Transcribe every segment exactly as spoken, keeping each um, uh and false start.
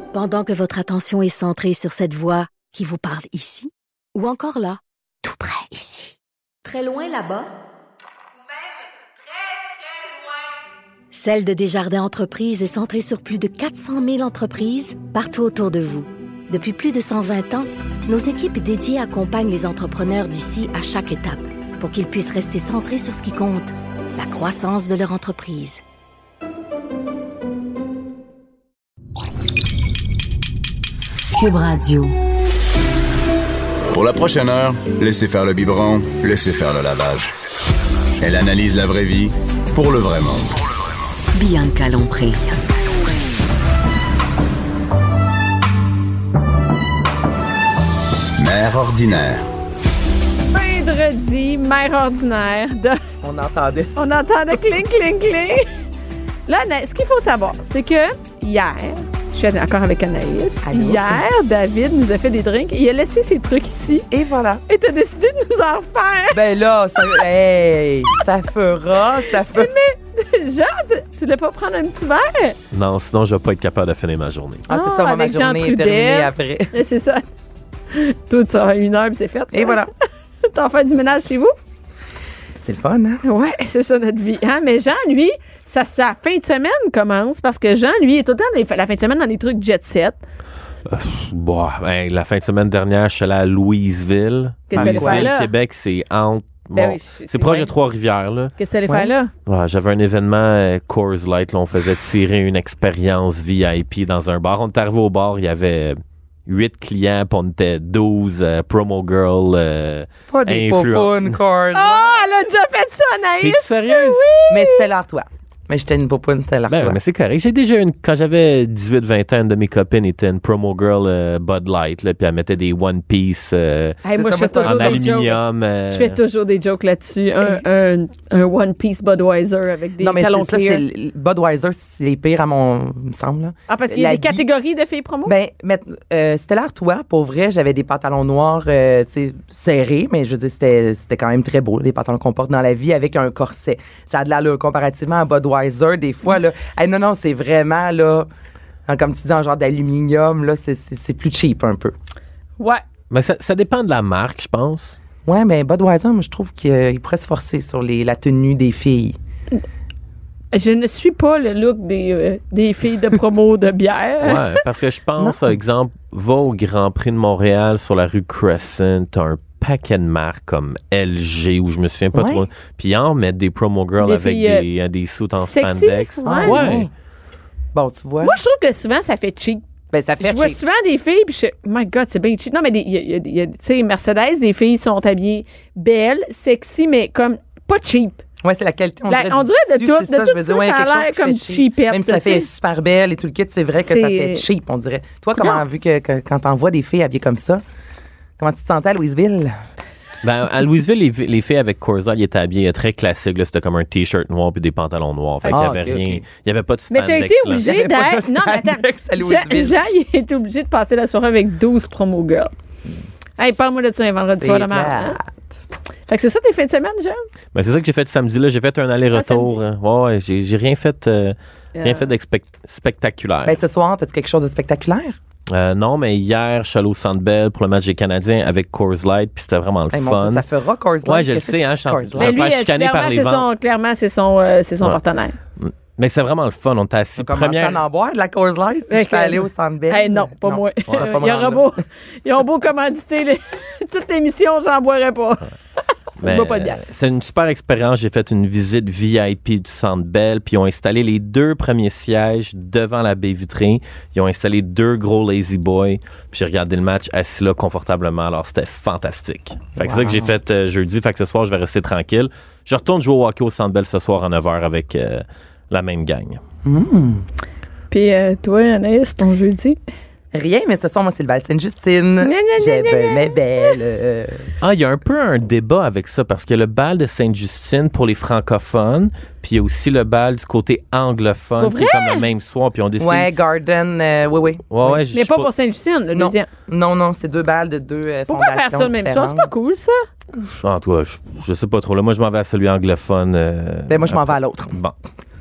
Pendant que votre attention est centrée sur cette voix qui vous parle ici, ou encore là, tout près ici, très loin là-bas, ou même très, très loin, Celle de Desjardins Entreprises est centrée sur plus de quatre cent mille entreprises partout autour de vous. Depuis plus de cent vingt ans, nos équipes dédiées accompagnent les entrepreneurs d'ici à chaque étape pour qu'ils puissent rester centrés sur ce qui compte, la croissance de leur entreprise. Cube Radio. Pour la prochaine heure, laissez faire le biberon, laissez faire le lavage. Elle analyse la vraie vie pour le vrai monde. Bianca Lompré. Mère ordinaire. Vendredi, mère ordinaire. De... On entendait ça. On entendait cling, cling, cling. Là, ce qu'il faut savoir, c'est que hier, je suis d'accord avec Anaïs. Allô? Hier, David nous a fait des drinks. Il a laissé ses trucs ici. Et voilà. Et t'as décidé de nous en refaire. Ben là, ça, hey, ça fera, ça fera. Mais, Jean, tu voulais pas prendre un petit verre? Non, sinon, je vais pas être capable de finir ma journée. Ah, c'est Ah, ça, moi, ma avec Jean journée est Trudel. terminée après. Et c'est ça. Toi, tu auras une heure, puis c'est fait. Et voilà. T'en fais du ménage chez vous? C'est le fun, hein? Ouais, c'est ça notre vie. Hein? Mais Jean, lui, ça, sa fin de semaine commence parce que Jean, lui, est tout le temps les- la fin de semaine dans des trucs jet set. Euh, bon, ben, la fin de semaine dernière, je suis allé à Louisville. Qu'est-ce que t'allais faire Louisville, là? Québec, c'est entre. Ben bon, oui, je- c'est c'est proche vrai. de Trois-Rivières, là. Qu'est-ce que t'allais Ouais. faire là? Ouais, j'avais un événement euh, Coors Light, là, on faisait tirer une expérience V I P dans un bar. On est arrivé au bar, il y avait huit clients, puis on était douze euh, promo girls. Euh, Pas des Influent- popounes, Cors. Ah, elle a déjà fait ça, Anaïs! T'es sérieuse? Mais c'était l'artois. Mais j'étais une popoune, c'était l'artois. Ben, mais c'est correct. J'ai déjà une. Quand j'avais dix-huit vingt ans, une de mes copines était une promo girl euh, Bud Light, là, puis elle mettait des One Piece euh, Hey, moi, je ça, fais moi, toujours en des jokes. aluminium. euh, Je fais toujours des jokes là-dessus. Un, un, un One Piece Budweiser avec des non, mais talons c'est ça, clear. c'est le- Budweiser, c'est les pires à mon, il me semble. Là. Ah, parce qu'il y a la des vie- catégories de filles promo? Ben, mais, euh, c'était l'artois. Pour vrai, j'avais des pantalons noirs, euh, tu sais, serrés, mais je veux dire, c'était, c'était quand même très beau, là, des pantalons qu'on porte dans la vie avec un corset. Ça a de l'allure comparativement à Budweiser, des fois, là. Hey, non, non, c'est vraiment, là, hein, comme tu dis, en genre d'aluminium, là, c'est, c'est, c'est plus cheap un peu. Ouais. Mais ça, ça dépend de la marque, je pense. Ouais, mais Budweiser, moi, je trouve qu'il euh, il pourrait se forcer sur les, la tenue des filles. Je ne suis pas le look des, euh, des filles de promo de bière. Ouais, parce que je pense, par exemple, va au Grand Prix de Montréal sur la rue Crescent, t'as un paquet de marques comme L G, où je me souviens pas Ouais. trop. Puis ils en mettent des promo girls Des avec filles, des, des suits en sexy, spandex. ouais. ouais. Bon, tu vois. Moi, je trouve que souvent, ça fait cheap. ben, ça fait Je vois cheap. souvent des filles, puis je suis, my God, c'est bien cheap. Non, mais il y a, y a- y a- tu sais, Mercedes, des filles sont habillées belles, sexy, mais comme pas cheap. Ouais, c'est la qualité. On La- dirait, on du dirait de tissu, tout- c'est de ça, tout je veux ça, dire, ouais, ça a quelque chose l'air qui fait comme cheap. cheapette, Même si ça tu sais. fait super belle et tout le kit, c'est vrai que ça C'est- fait cheap, on dirait. Toi, comment, Non. vu que, que quand t'en vois des filles habillées comme ça, comment tu te sentais à Louisville? Ben, à Louisville, les, les filles avec Coors Light, ils étaient habillées très classiques. là. C'était comme un T-shirt noir puis des pantalons noirs. Fait qu'il y Ah, avait ok, rien. ok. Il y avait pas de Mais spandex. t'as été là. obligé Il y avait pas d'être. de Non, mais attends. spandex à Jean, Louisville. Jean, il est obligé de passer la soirée avec douze promo girls. Hey, parle-moi de ça un vendredi soir de C'est merde. plate. Fait que c'est ça tes fins de semaine, Jean? Ben, c'est ça que j'ai fait samedi. là. J'ai fait un aller-retour. Ah, euh, ouais, ouais, j'ai, j'ai rien fait, euh, rien Euh. fait de spectaculaire. Ben, ce soir, t'as-tu quelque chose de spectaculaire? Euh, non, mais hier, je suis allé au Centre Bell pour le match des Canadiens avec Coors Light, puis c'était vraiment le Hey, mon fun. Dieu, ça fera Coors Light. Ouais, je le Qu'est-ce que sais, tu hein, fais, je Coors suis en- Light? Je vais lui, faire chicaner clairement, par les c'est ventes. son, clairement, c'est son, euh, c'est son Ouais. partenaire. Mais c'est vraiment le fun. On était assis. On commence Première... à en boire de la Coors Light si Fait je peux que- aller au Centre Bell. Hey, non, pas moi. je vais pas me Il y rendre aura là. beau, ils ont beau commanditer les- toute l'émission, j'en boirais pas. Mais, Je bois pas de bière. euh, c'est une super expérience. J'ai fait une visite V I P du Centre Bell, puis ils ont installé les deux premiers sièges devant la baie vitrée. Ils ont installé deux gros Lazy Boy, puis j'ai regardé le match assis là confortablement. Alors, c'était fantastique. Fait que c'est ça que j'ai fait euh, jeudi. Fait que ce soir, je vais rester tranquille. Je retourne jouer au hockey au Centre Bell ce soir à neuf heures avec euh, la même gang. Puis euh, toi, Anaïs, ton jeudi? Rien, mais ce soir, moi, c'est le bal Sainte-Justine. Gna, gna, J'ai gna, ben, gna. mais belle. euh, Ah, il y a un peu un débat avec ça, parce que le bal de Sainte-Justine pour les francophones, puis il y a aussi le bal du côté anglophone, Pour qui est vrai? comme le même soir, puis on décide... Ouais, Garden, euh, oui, oui. ouais, ouais, je Mais sais pas pour Sainte-Justine, le Non. deuxième. Non, non, c'est deux balles de deux euh, Pourquoi faire fondations ça le même soir? C'est pas différentes. cool, ça? Ah, toi, je, je sais pas trop. Là, moi, je m'en vais à celui anglophone. euh, Ben, moi, je m'en après. vais à l'autre. Bon.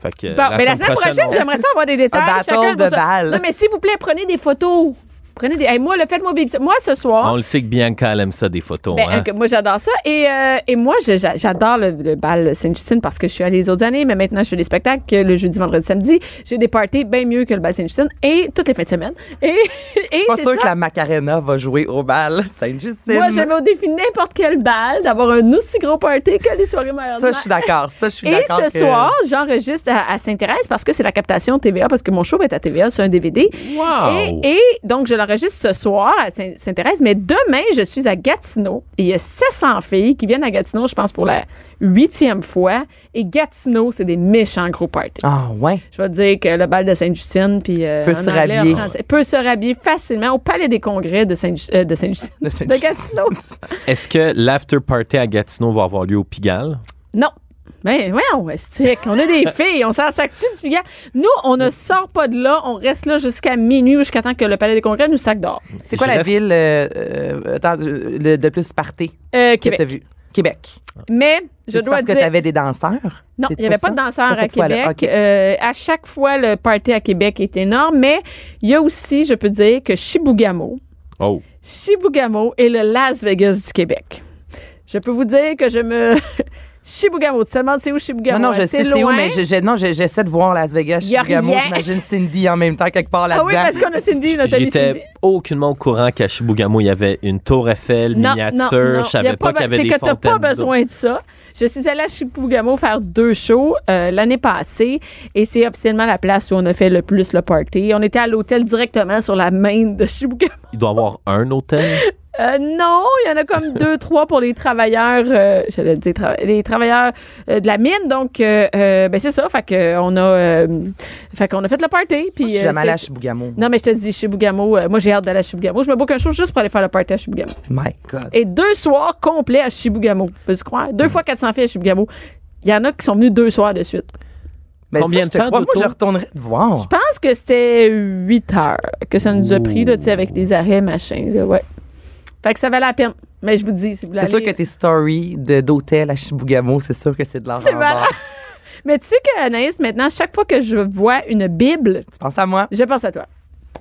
Fait que, Bon, la mais la semaine semaine prochaine, prochaine, on- j'aimerais ça avoir des détails. Un battle Chacun de vos- balles. Non, mais s'il vous plaît, prenez des photos. Prenez des. Hey, moi, le faites-moi vivre ça. Moi, ce soir. On le sait que Bianca, elle aime ça, des photos. Ben, hein? euh, moi, j'adore ça. Et, euh, et moi, je- j'a- j'adore le, le bal Sainte-Justine parce que je suis allée les autres années, mais maintenant, je fais des spectacles le jeudi, vendredi, samedi. J'ai des parties bien mieux que le bal Sainte-Justine et toutes les fins de semaine. Et, et Je suis pas c'est sûre ça. que la Macarena va jouer au bal Sainte-Justine. Moi, je mets au défi n'importe quel bal d'avoir un aussi gros party que les soirées meilleures. Ça, je suis d'accord. Ça, je suis Et d'accord. ce que- soir, j'enregistre à, à Sainte-Thérèse parce que c'est la captation T V A, parce que mon show va être à T V A sur un D V D. Wow! Et, et donc, je l'enregistre ce soir à Saint- Sainte-Thérèse, mais demain, je suis à Gatineau. Et il y a sept cents filles qui viennent à Gatineau, je pense, pour la huitième fois. Et Gatineau, c'est des méchants gros parties. Ah, ouais. Je vais te dire que le bal de Sainte-Justine, puis euh, Peut en se anglais, en rhabiller. français, peut se rhabiller facilement au Palais des Congrès de Sainte- euh, de Sainte-Justine, De de, Sainte-Justine. Gatineau. Est-ce que l'after party à Gatineau va avoir lieu au Pigalle? Non. Ben, voyons, stick. On a des filles, on s'en sac-tu du Pigalle. Nous, on ne sort pas de là, on reste là jusqu'à minuit ou jusqu'à temps que le Palais des Congrès nous sac d'or. C'est quoi Je la reste- ville euh, euh, attends, euh, le, de plus party Euh, que Québec. t'as vu? Québec. Mais, je C'est-tu dois parce dire. que t'avais des danseurs? Non, C'est il n'y avait pour pas de ça? danseurs Pas à cette fois-là, Québec. OK. Euh, à chaque fois, le party à Québec est énorme, mais il y a aussi, je peux dire, que Chibougamau, Oh! Chibougamau est le Las Vegas du Québec. Je peux vous dire que je me... Chibougamau, tu te demandes c'est où Chibougamau? Non, non, je Assez sais c'est où, loin. mais je, je- non, je- j'essaie de voir Las Vegas, Y a Chibougamau. rien. J'imagine Cindy en même temps quelque part là-dedans. Ah oui, parce qu'on a Cindy, notre amie Cindy. J'étais aucunement au courant qu'à Chibougamau, il y avait une tour Eiffel Non, miniature. non, non. Je savais Y a pas, qu'il y avait c'est des que t'as fontaines pas d'eau. besoin de ça. Je suis allée à Chibougamau faire deux shows euh, l'année passée et c'est officiellement la place où on a fait le plus le party. On était à l'hôtel directement sur la main de Chibougamau. Il doit y avoir un hôtel. Euh, non, il y en a comme deux, trois pour les travailleurs, euh, j'allais dire tra- les travailleurs euh, de la mine. Donc, euh, euh, ben c'est ça. Fait que on a, euh, fait qu'on a fait le party. Puis Je suis euh, jamais allée à c'est- Chibougamau. Non, mais je te dis, Chibougamau, euh, moi j'ai hâte d'aller à Chibougamau. Je me book un show juste pour aller faire le party à Chibougamau. My God. Et deux soirs complets à Chibougamau. Peux-tu croire? Deux fois quatre cents filles à Chibougamau. Il y en a qui sont venus deux soirs de suite. Mais Combien ça, je de te temps crois, moi, d'auto? je retournerais te voir. Je pense que c'était huit heures que ça nous a pris, là, tu sais, avec les arrêts, machin, là, ouais. Fait que ça valait la peine. Mais je vous dis, si vous voulez C'est sûr aller- que tes stories de- d'hôtel à Chibougamau, c'est sûr que c'est de l'argent C'est en malade. barre. Mais tu sais qu'Anaïs, maintenant, chaque fois que je vois une Bible, Tu penses à moi? je pense à toi.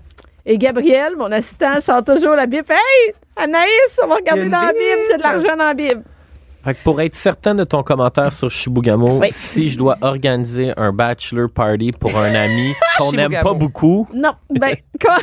Et Gabriel, mon assistant, sort toujours la Bible. Hey, Anaïs, on va Il y a regarder une dans la Bible. Bible, c'est de l'argent dans la Bible. Fait que pour être certain de ton commentaire sur Chibougamau, Oui. si je dois organiser un bachelor party pour un ami qu'on n'aime Chibougamau. pas beaucoup, Non, ben, quoi?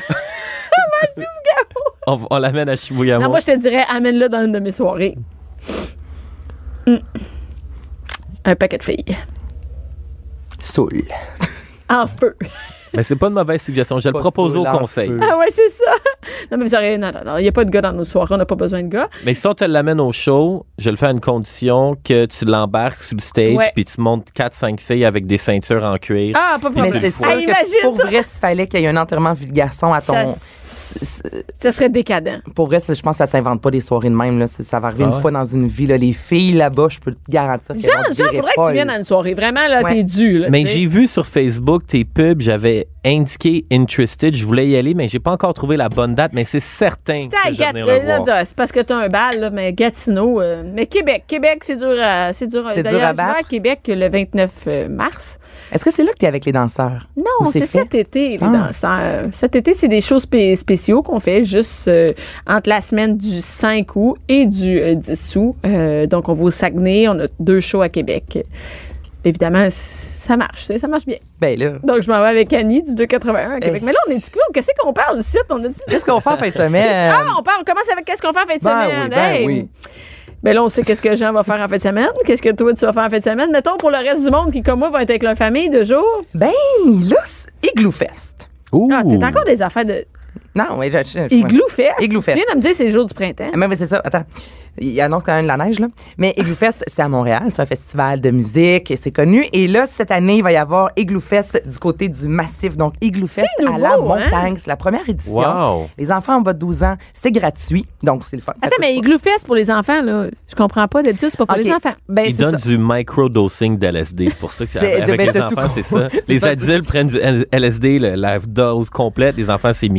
on, on l'amène à Chibougamau. Non, moi, je te dirais, amène-le dans une de mes soirées. Mm. Un paquet de filles. Soul. En feu. Mais c'est pas une mauvaise suggestion. Je vais le Pas proposer au saoul en conseil. feu. Ah ouais, c'est ça. Non, mais vous aurez... Non, non, non. Il n'y a pas de gars dans nos soirées. On n'a pas besoin de gars. Mais si on te l'amène au show, je le fais à une condition que tu l'embarques sur le stage Ouais. puis tu montes quatre cinq filles avec des ceintures en cuir. Ah, pas pour Mais c'est c'est le sûr fun. Ah, que imagine pour ça. vrai, s'il fallait qu'il y ait un enterrement vie de garçon à ton... Ça, c'est- ça serait décadent. Pour vrai, c'est- je pense que ça s'invente pas des soirées de même. Là. C'est- Ça va arriver Ah une ouais? fois dans une vie. Là. Les filles là-bas, je peux te garantir qu'elles Jean, vont te Jean, virer faudrait que tu folles. viennes à une soirée. Vraiment, là, Ouais. t'es dû. Là, Mais tu sais. j'ai vu sur Facebook tes pubs, j'avais indiqué interested, je voulais y aller, mais j'ai pas encore trouvé la bonne date, mais c'est certain C'était à que je vais venir Gatineau. le voir. là, C'est parce que t'as un bal, là, mais Gatineau. euh, mais Québec. Québec, c'est dur à. C'est dur, C'est dur d'ailleurs, à je vais battre. à Québec le vingt-neuf mars. Est-ce que c'est là que tu es avec les danseurs? Non, Ou c'est fait? cet été, les Ah. danseurs. Cet été, c'est des shows spé- spéciaux qu'on fait juste euh, entre la semaine du cinq août et du euh, dix août. Euh, donc, on va au Saguenay. On a deux shows à Québec. Évidemment, c- ça marche, tu sais, ça marche bien. Ben là. Donc, je m'en vais avec Annie du deux quatre-vingt-un à Québec. Mais là, on est du coup, qu'est-ce qu'on parle ici? On a dit... Qu'est-ce qu'on fait en fin de semaine? Ah, on parle, on commence avec qu'est-ce qu'on fait en fin de Ben semaine. oui, ben Hey! oui. Ben là, on sait qu'est-ce que Jean va faire en fin de semaine. Qu'est-ce que toi, tu vas faire en fin de semaine. Mettons, pour le reste du monde qui, comme moi, va être avec leur famille de jour. Ben là, c'est Igloo Fest. Ouh. Ah, t'es encore des affaires de... Non, oui, je, je, je- Igloo Fest? Igloo Fest. Tu viens de me dire c'est le jour du printemps. Ah, mais c'est ça. Attends. Il annonce quand même de la neige, là. Mais Igloo Fest, c'est à Montréal. C'est un festival de musique et c'est connu. Et là, cette année, il va y avoir Igloo Fest du côté du Massif. Donc, Igloo Fest C'est à la nouveau, hein? montagne. C'est la première édition. Wow. Les enfants en bas de douze ans, c'est gratuit. Donc, c'est le fun. Ça Attends, coûte mais pas- Igloo Fest pour les enfants, là, je comprends pas. D'habitude, c'est pas pour OK. les enfants. Ben, Ils c'est donnent ça. du micro-dosing d'L S D. C'est pour ça C'est- qu'avec ben, les t'as tout enfants, c'est compris. ça. C'est Les ça, adultes prennent du L S D, le- la dose complète. Les enfants, c'est micro-dosing.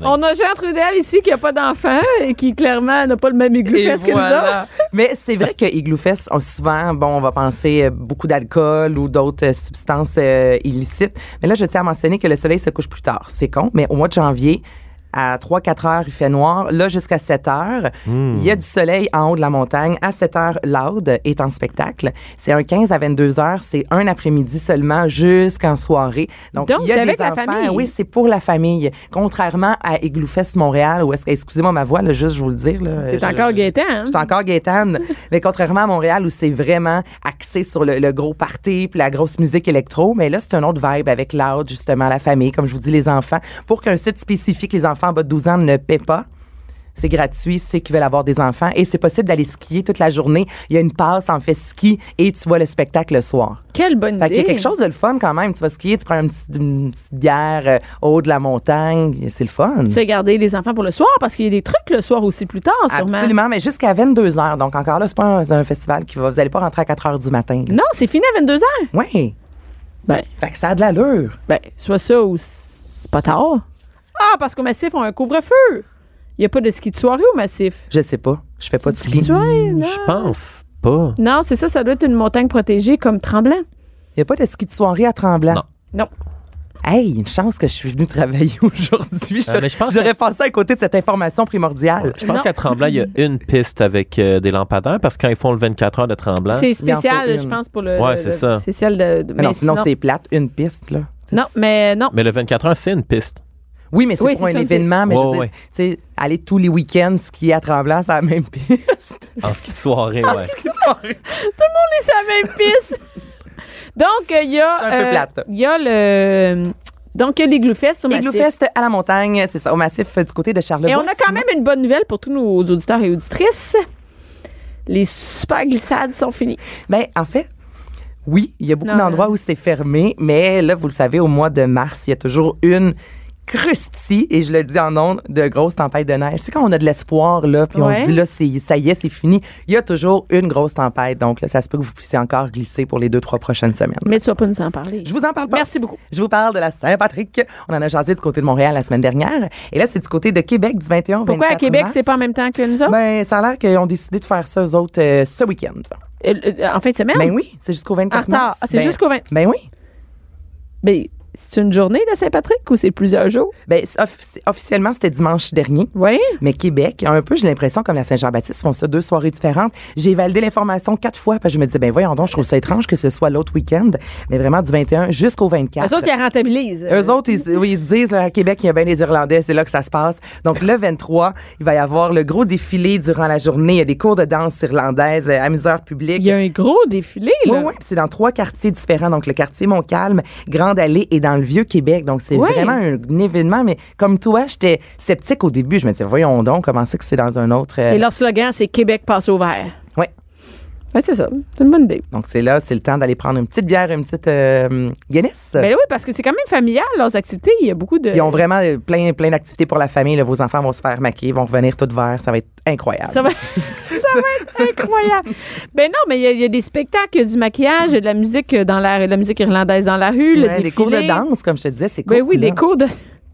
voisins. On a Jean Trudel ici qui n'a pas d'enfant et qui, clairement, n'a pas le même Igloo Et Fest que nous voilà. autres. Mais c'est vrai que Igloo Fest, on- souvent, bon, on va penser euh, beaucoup d'alcool ou d'autres euh, substances euh, illicites. Mais là, je tiens à mentionner que le soleil se couche plus tard. C'est con, mais au mois de janvier, à trois quatre heures, il fait noir. Là, jusqu'à sept heures, Mm. il y a du soleil en haut de la montagne. À sept heures, Loud est en spectacle. C'est un quinze à vingt-deux heures. C'est un après-midi seulement jusqu'en soirée. Donc, Donc, il y a c'est des avec la enfants. famille. Oui, c'est pour la famille. Contrairement à Igloo Fest Montréal, où est-ce que, excusez-moi ma voix, là, juste, je vous le dire. Là, T'es je- encore je- Gaétan, hein? je suis encore Gaétane. Mais contrairement à Montréal, où c'est vraiment axé sur le, le gros party puis la grosse musique électro, mais là, c'est un autre vibe avec Loud, justement, la famille, comme je vous dis, les enfants. Pour qu'un site spécifique, les enfants en bas de douze ans ne paient pas, c'est gratuit, c'est qu'ils veulent avoir des enfants et c'est possible d'aller skier toute la journée. Il y a une passe en fait ski et tu vois le spectacle le soir. Quelle bonne Fait qu'il y idée. a quelque chose de le fun quand même. Tu vas skier, tu prends un petit- une petite bière euh, au haut de la montagne. C'est le fun. Tu sais, garder les enfants pour le soir parce qu'il y a des trucs le soir aussi plus tard, sûrement. Absolument, mais jusqu'à vingt-deux heures. Donc encore là, c'est pas un, c'est un festival qui va. Vous allez pas rentrer à quatre heures du matin. Non, c'est fini à vingt-deux heures. Oui. Ben, Fait que ça a de l'allure. ben, soit ça ou c'est pas tard. Ah, parce qu'au Massif, on a un couvre-feu. Il n'y a pas de ski de soirée au Massif. Je sais pas. Je fais pas de Ski de ski. soirée, non. Je pense pas. Non, c'est ça, ça doit être une montagne protégée comme Tremblant. Il y a pas de ski de soirée à Tremblant. Non. Non. Hey, une chance que je suis venu travailler aujourd'hui. Euh, mais je pense J'aurais que- passé à côté de cette information primordiale. Je pense Non. qu'à Tremblant, il y a une piste avec euh, des lampadaires parce que quand ils font le vingt-quatre heures de Tremblant, C'est Il en faut spécial, une. je pense, pour le. Ouais, le- c'est le- ça. C'est celle de. de- Mais non, sinon c'est plate, une piste là. Non, mais non. mais le vingt-quatre heures, c'est une piste. Oui, mais c'est Oui, pour c'est un ça, une événement. Mais piste. je veux Ouais, dire, tu sais, aller tous les week-ends skier à Tremblant, c'est la même piste. En ski de soirée, ouais. C'est la même piste. Donc, euh, il y a. C'est un peu plate. Il y a le. Donc, il y a l'Igloo Fest au Massif. Igloo Fest à la montagne, c'est ça, au Massif euh, du côté de Charlevoix. Et on a quand Sinon- même une bonne nouvelle pour tous nos auditeurs et auditrices. Les super glissades sont finies. Ben, en fait, oui, il y a beaucoup Non, d'endroits non. où c'est fermé, mais là, vous le savez, au mois de mars, il y a toujours une crustie, et je le dis en ondes, de grosses tempêtes de neige. C'est quand on a de l'espoir, là, puis on Ouais. se dit, là, c'est, ça y est, c'est fini. Il y a toujours une grosse tempête, donc là, ça se peut que vous puissiez encore glisser pour les deux, trois prochaines semaines. Mais tu vas pas nous en parler. Je vous en parle pas. Merci beaucoup. Je vous parle de la Saint-Patrick. On en a jasé du côté de Montréal la semaine dernière. Et là, c'est du côté de Québec du vingt et un au Pourquoi à vingt-quatre Québec, mars. c'est pas en même temps que nous autres? Ben, ça a l'air qu'ils ont décidé de faire ça, eux autres, euh, ce week-end. Euh, euh, en fin de semaine? Ben oui, c'est jusqu'au En vingt-quatre retard. mars. Ah, c'est Ben- jusqu'au vingt. Ben oui. Ben, c'est une journée, la Saint-Patrick, ou c'est plusieurs jours? Ben, c'est offi- officiellement, c'était dimanche dernier. Oui. Mais Québec, un peu, j'ai l'impression, comme la Saint-Jean-Baptiste, font ça deux soirées différentes. J'ai validé l'information quatre fois, parce que je me disais, ben voyons donc, je trouve ça étrange que ce soit l'autre week-end, mais vraiment du vingt et un jusqu'au vingt-quatre. Eux autres, ils rentabilisent. Eux autres, ils, oui, ils se disent, là, à Québec, il y a bien des Irlandais, c'est là que ça se passe. Donc, le vingt-trois, il va y avoir le gros défilé durant la journée. Il y a des cours de danse irlandaise, euh, amuseurs publics. Il y a un gros défilé, Oui, là. oui, puis c'est dans trois quartiers différents. Donc, le quartier Montcalm, Grande Allée et dans le Vieux-Québec. Donc, c'est Ouais. vraiment un, un événement. Mais comme toi, j'étais sceptique au début. Je me disais, voyons donc, comment c'est que c'est dans un autre... euh, Et leur slogan, c'est Québec passe au vert. Ouais. Ouais, c'est ça. C'est une bonne idée. Donc, c'est là, c'est le temps d'aller prendre une petite bière, une petite euh, Guinness. Ben oui, parce que c'est quand même familial, leurs activités. Il y a beaucoup de. Ils ont vraiment euh, plein, plein d'activités pour la famille. Là. Vos enfants vont se faire maquiller, vont revenir tout verts. Ça va être incroyable. Ça va, ça va être incroyable. Ben non, mais il y, a- il y a des spectacles, il y a du maquillage, il y a de la musique dans la, la musique irlandaise dans la rue, le Ouais, des défilé. cours de danse, comme je te disais, c'est cool. Ben oui, là. des cours de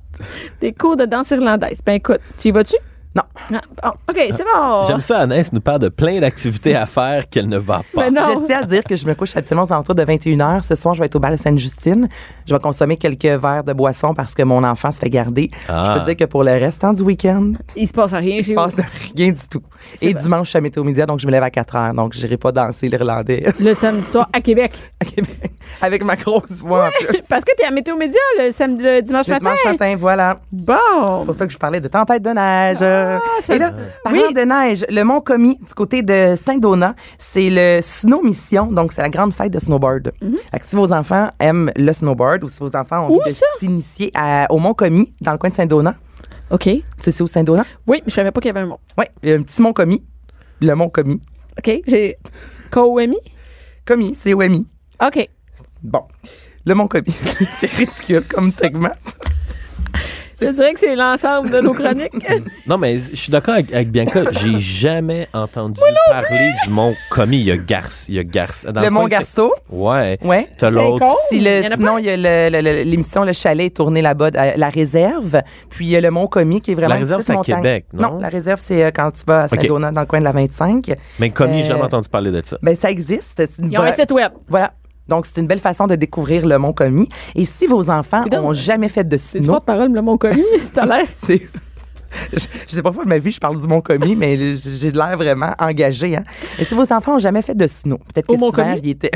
des cours de danse irlandaise. Ben écoute, tu y vas-tu? Non. Ah, bon, OK, c'est bon. J'aime ça, Anaïs nous parle de plein d'activités à faire qu'elle ne va pas. Ben non. Je tiens à dire que je me couche habituellement aux alentours de vingt et une heures. Ce soir, je vais être au bal Sainte-Justine. Je vais consommer quelques verres de boisson parce que mon enfant se fait garder. Ah. Je peux te dire que pour le restant du week-end, Il se passe rien il chez se vous. passe rien du tout. Et bon. dimanche, je suis à Météo Média, donc je me lève à quatre heures. Donc, je n'irai pas danser l'Irlandais Le samedi soir à Québec. à Québec avec ma grosse voix en plus. Parce que t'es à Météo Média le, samedi, le dimanche Le matin. dimanche matin, voilà. Bon. C'est pour ça que je parlais de tempête de neige. ça- Et là, parlant Oui. de neige, le Mont Commis, du côté de Saint-Donat, c'est le Snow Mission. Donc, c'est la grande fête de snowboard. Fait que si vos enfants aiment le snowboard ou si vos enfants ont Où envie de ça? s'initier à- au Mont Commis, dans le coin de Saint-Donat, OK. tu sais, c'est où Saint-Donat? Oui, je savais pas qu'il y avait un mot. Oui, il y a un petit Mont Commis. Le Mont Commis. OK. J'ai. Koemi? Commis, c'est O M I. OK. Bon. Le Mont Commis. C'est ridicule comme segment, ça. Je dirais que c'est l'ensemble de nos chroniques. Non, mais je suis d'accord avec, avec Bianca. J'ai jamais entendu parler du mont Commis. Il y a Garce. Il y a Garce. Dans Le le Mont coin, Garceau? c'est- Ouais. Ouais. T'as l'autre. con. Si le- Il y en a sinon, pas? il y a le- le- le- l'émission Le Chalet est tournée là-bas, à la réserve. Puis il y a le Mont Commis qui est vraiment La réserve, une petite c'est à montagne. Québec, non? la réserve, c'est euh, quand tu vas à Saint-Donat, dans le coin de la vingt-cinq. Mais Commis, j'ai Euh, jamais entendu parler de ça. Ben, ça existe. C'est une Ils ont un vraie- site web. Voilà. Donc, c'est une belle façon de découvrir le Mont Commis. Et si vos enfants Coudonc. n'ont jamais fait de C'est du snow, porte-parole, le mon commis, c'est à l'air. c'est... Je, je sais pas pourquoi de ma vie je parle du Mont Commis, mais j'ai de l'air vraiment engagé. Hein. Et si vos enfants n'ont jamais fait de snow, peut-être que Au Mont cet hiver, Commis? il était...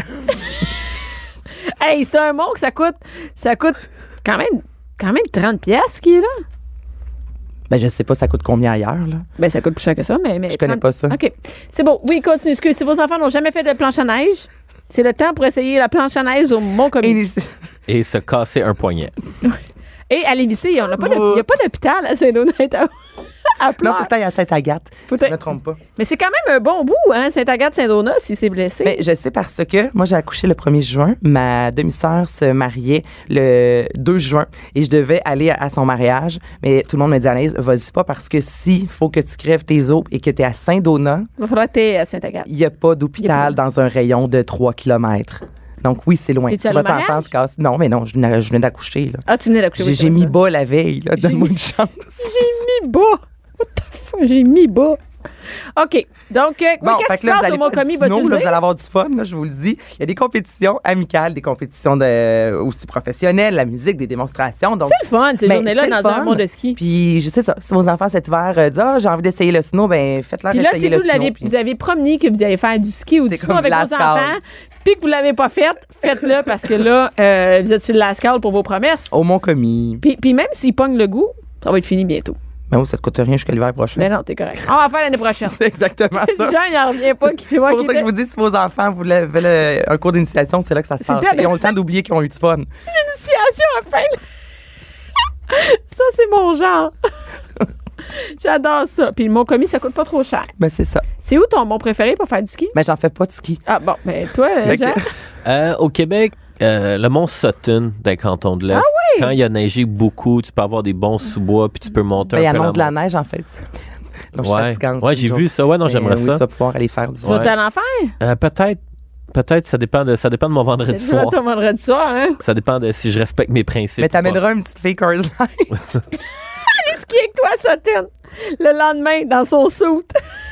Hey, c'est un mont que ça coûte, ça coûte quand même, quand même trente pièces qui est là. Ben, je sais pas ça coûte combien ailleurs, là. Ben, ça coûte plus cher que ça, mais. mais Je connais trente pas ça. OK. C'est bon. Oui, continue. Excusez, si vos enfants n'ont jamais fait de planche à neige, c'est le temps pour essayer la planche à neige au Mont Commis. Et- Et se casser un poignet. Et à l'Élysée, il n'y a pas d'hôpital à Saint-Donat. À Non, Pleurs. pourtant, il y a Sainte-Agathe, Faut si je être- me trompe pas. Mais c'est quand même un bon bout, hein, Saint-Agathe-Saint-Donat, s'il s'est blessé. Mais je sais parce que moi, j'ai accouché le premier juin. Ma demi-sœur se mariait le deux juin et je devais aller à, à son mariage. Mais tout le monde me dit, Anaïs, vas-y pas parce que si faut que tu crèves tes os et que tu es à Saint-Donat, Il va falloir que tu à Saint-Agathe. il n'y a pas Il y a d'hôpital pas. dans un rayon de trois kilomètres. Donc oui, c'est loin. Es-tu Tu allée vas au t'en mariage? faire se casser. Non, mais non, je venais, je venais d'accoucher. Là. Ah, tu venais d'accoucher. J'ai oui, j'ai c'est mis ça. bas la veille. Là. Donne-moi une chance. J'ai mis bas. What the fuck? J'ai mis bas. OK. Donc, euh, Bon, qu'est-ce fait qui se que là, vous passe allez au Mont faire Commis? du Vas-tu snow, le là, dire? vous allez avoir du fun, là, je vous le dis. Il y a des compétitions amicales, des compétitions de, aussi professionnelles, la musique, des démonstrations. Donc, C'est le fun, ces ben, journées-là, c'est le dans un fun. monde de ski. Puis, je sais ça, si vos enfants cet hiver euh, disent « Ah, j'ai envie d'essayer le snow », ben faites-leur Puis là, essayer si le vous, snow. l'avez- puis- vous avez promis que vous allez faire du ski ou du C'est snow comme avec vos Lascaux. enfants, puis que vous l'avez pas fait, faites-le parce que là, euh, vous êtes sur le Lascaux pour vos promesses. Au Mont Commis. Puis, puis même s'ils pognent le goût, ça va être fini bientôt. Ben oui, ça te coûte rien jusqu'à l'hiver prochain. Mais non, t'es correct. On va faire l'année prochaine. C'est exactement ça. Jean, il en revient pas. Qui, C'est pour ça que je vous dis, si vos enfants voulaient, veulent un cours d'initiation, c'est là que ça se passe. tellement- Ils ont le temps d'oublier qu'ils ont eu du fun. Initiation à fin. Ça, c'est mon genre. J'adore ça. Puis le Mont Commis, ça coûte pas trop cher. Ben c'est ça. C'est où ton mont préféré pour faire du ski? Mais j'en fais pas de ski. Ah bon, ben toi, Fait que- Jean? Euh, au Québec, euh, le mont Sutton, dans le canton de l'Est. Ah oui? Quand il y a neigé beaucoup, tu peux avoir des bons sous-bois, puis tu peux monter Ben, il un peu annonce de la montagne. neige, en fait. Donc, je suis Ouais, fatigante. ouais j'ai une vu jour. ça. Ouais, non, Mais j'aimerais oui, ça. Tu vas pouvoir aller faire du Tu vas-tu Ouais. à l'enfer? Euh, peut-être, peut-être, ça dépend de, ça dépend de mon vendredi C'est soir. ton vendredi soir, hein? Ça dépend de si je respecte mes principes. Mais ou pas. t'amèneras une petite fille Cars Light. Ski avec toi, Sutton, le lendemain, dans son suit.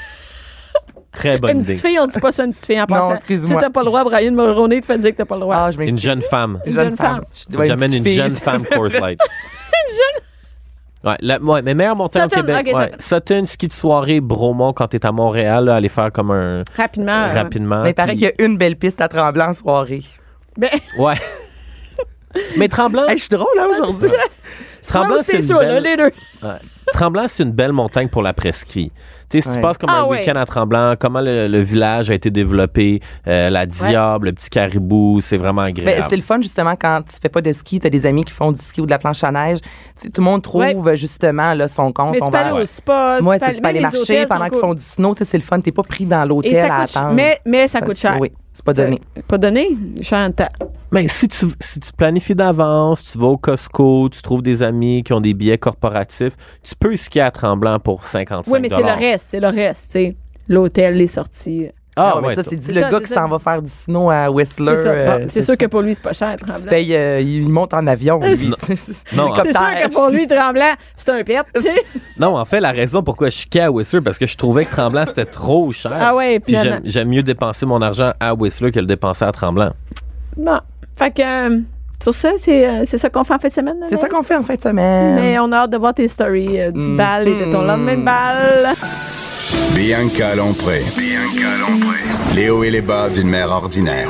Très bonne Une idée. petite fille, on dit pas ça, une petite fille en passant. excuse-moi. Tu n'as pas le droit, Brian Mulroney te fait dire que t'as pas le droit. Ah, je m'excuse. Une jeune femme. Une jeune jeune femme. femme. Je Faut dois que J'amène petite une fille. jeune femme Coors Light. une jeune. Ouais, la, ouais, mais meilleure montée Sutton, au Québec. ok, ouais. Sutton, ski de soirée, Bromont, quand t'es à Montréal, là, aller faire comme un. Rapidement. euh, rapidement. Mais il paraît puis- qu'il y a une belle piste à Tremblant en soirée. Ben, Ouais. mais Tremblant, Hey, je suis drôle, là, aujourd'hui. Tremblant, soit c'est c'est une ça, là, belle- les deux. Tremblant, c'est une belle montagne pour la presqu'île. Tu sais, si tu Ouais. passes comme Ah un ouais. week-end à Tremblant, comment le, le village a été développé, euh, la diable, le petit caribou, c'est vraiment agréable. Ben, c'est le fun, justement, quand tu fais pas de ski, tu as des amis qui font du ski ou de la planche à neige. Tu sais, tout le monde trouve, Ouais. justement, là, son compte. Mais on tu peux va- aller au spa. Moi, peux c'est tu peux aller même les marcher hôtels pendant sont qu'ils cool. font du snow. Tu sais, c'est le fun. T'es pas pris dans Et l'hôtel ça à coûte, attendre. mais, mais ça coûte cher. Oui, c'est pas donné. Pas donné? Cher en temps. Mais si tu, si tu planifies d'avance, tu vas au Costco, tu trouves des amis qui ont des billets corporatifs, tu peux skier à Tremblant pour cinquante-cinq Oui, mais c'est le reste. C'est le reste, tu sais. L'hôtel, les sorties. Ah, Ah, mais ouais, ça, toi. c'est dit C'est le ça, gars c'est qui ça. s'en va faire du snow à Whistler. C'est ça. euh, Bon, c'est sûr que pour lui, c'est pas cher, Il se Tremblant. paye, euh, il monte en avion. lui. Non. Non, C'est sûr que pour lui, Tremblant, c'est un pet, tu sais. Non, en fait, la raison pourquoi je skiais à Whistler, parce que je trouvais que Tremblant, c'était trop cher. Ah ouais, Puis finalement. j'aime, j'aime mieux dépenser mon argent à Whistler que le dépenser à Tremblant. Bon. Fait que, euh, sur ça, c'est euh, c'est ça qu'on fait en fin de semaine. C'est Anaïs? ça qu'on fait en fin de semaine. Mais on a hâte de voir tes stories euh, du Mm. bal et de ton Mm. lendemain de bal. Bianca Lompré. Bianca Lompré. Les hauts et les bas d'une mère ordinaire.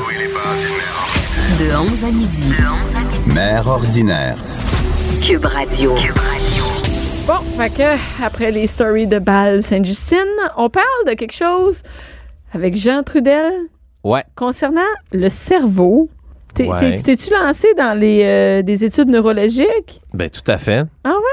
De onze à midi. Mère ordinaire. Cube Radio. Bon, fait que, après les stories de bal Sainte-Justine, on parle de quelque chose avec Jean Trudel Ouais. concernant le cerveau. T'es- Ouais. t'es- T'es-tu lancé dans les, euh, des études neurologiques? Ben, tout à fait. Ah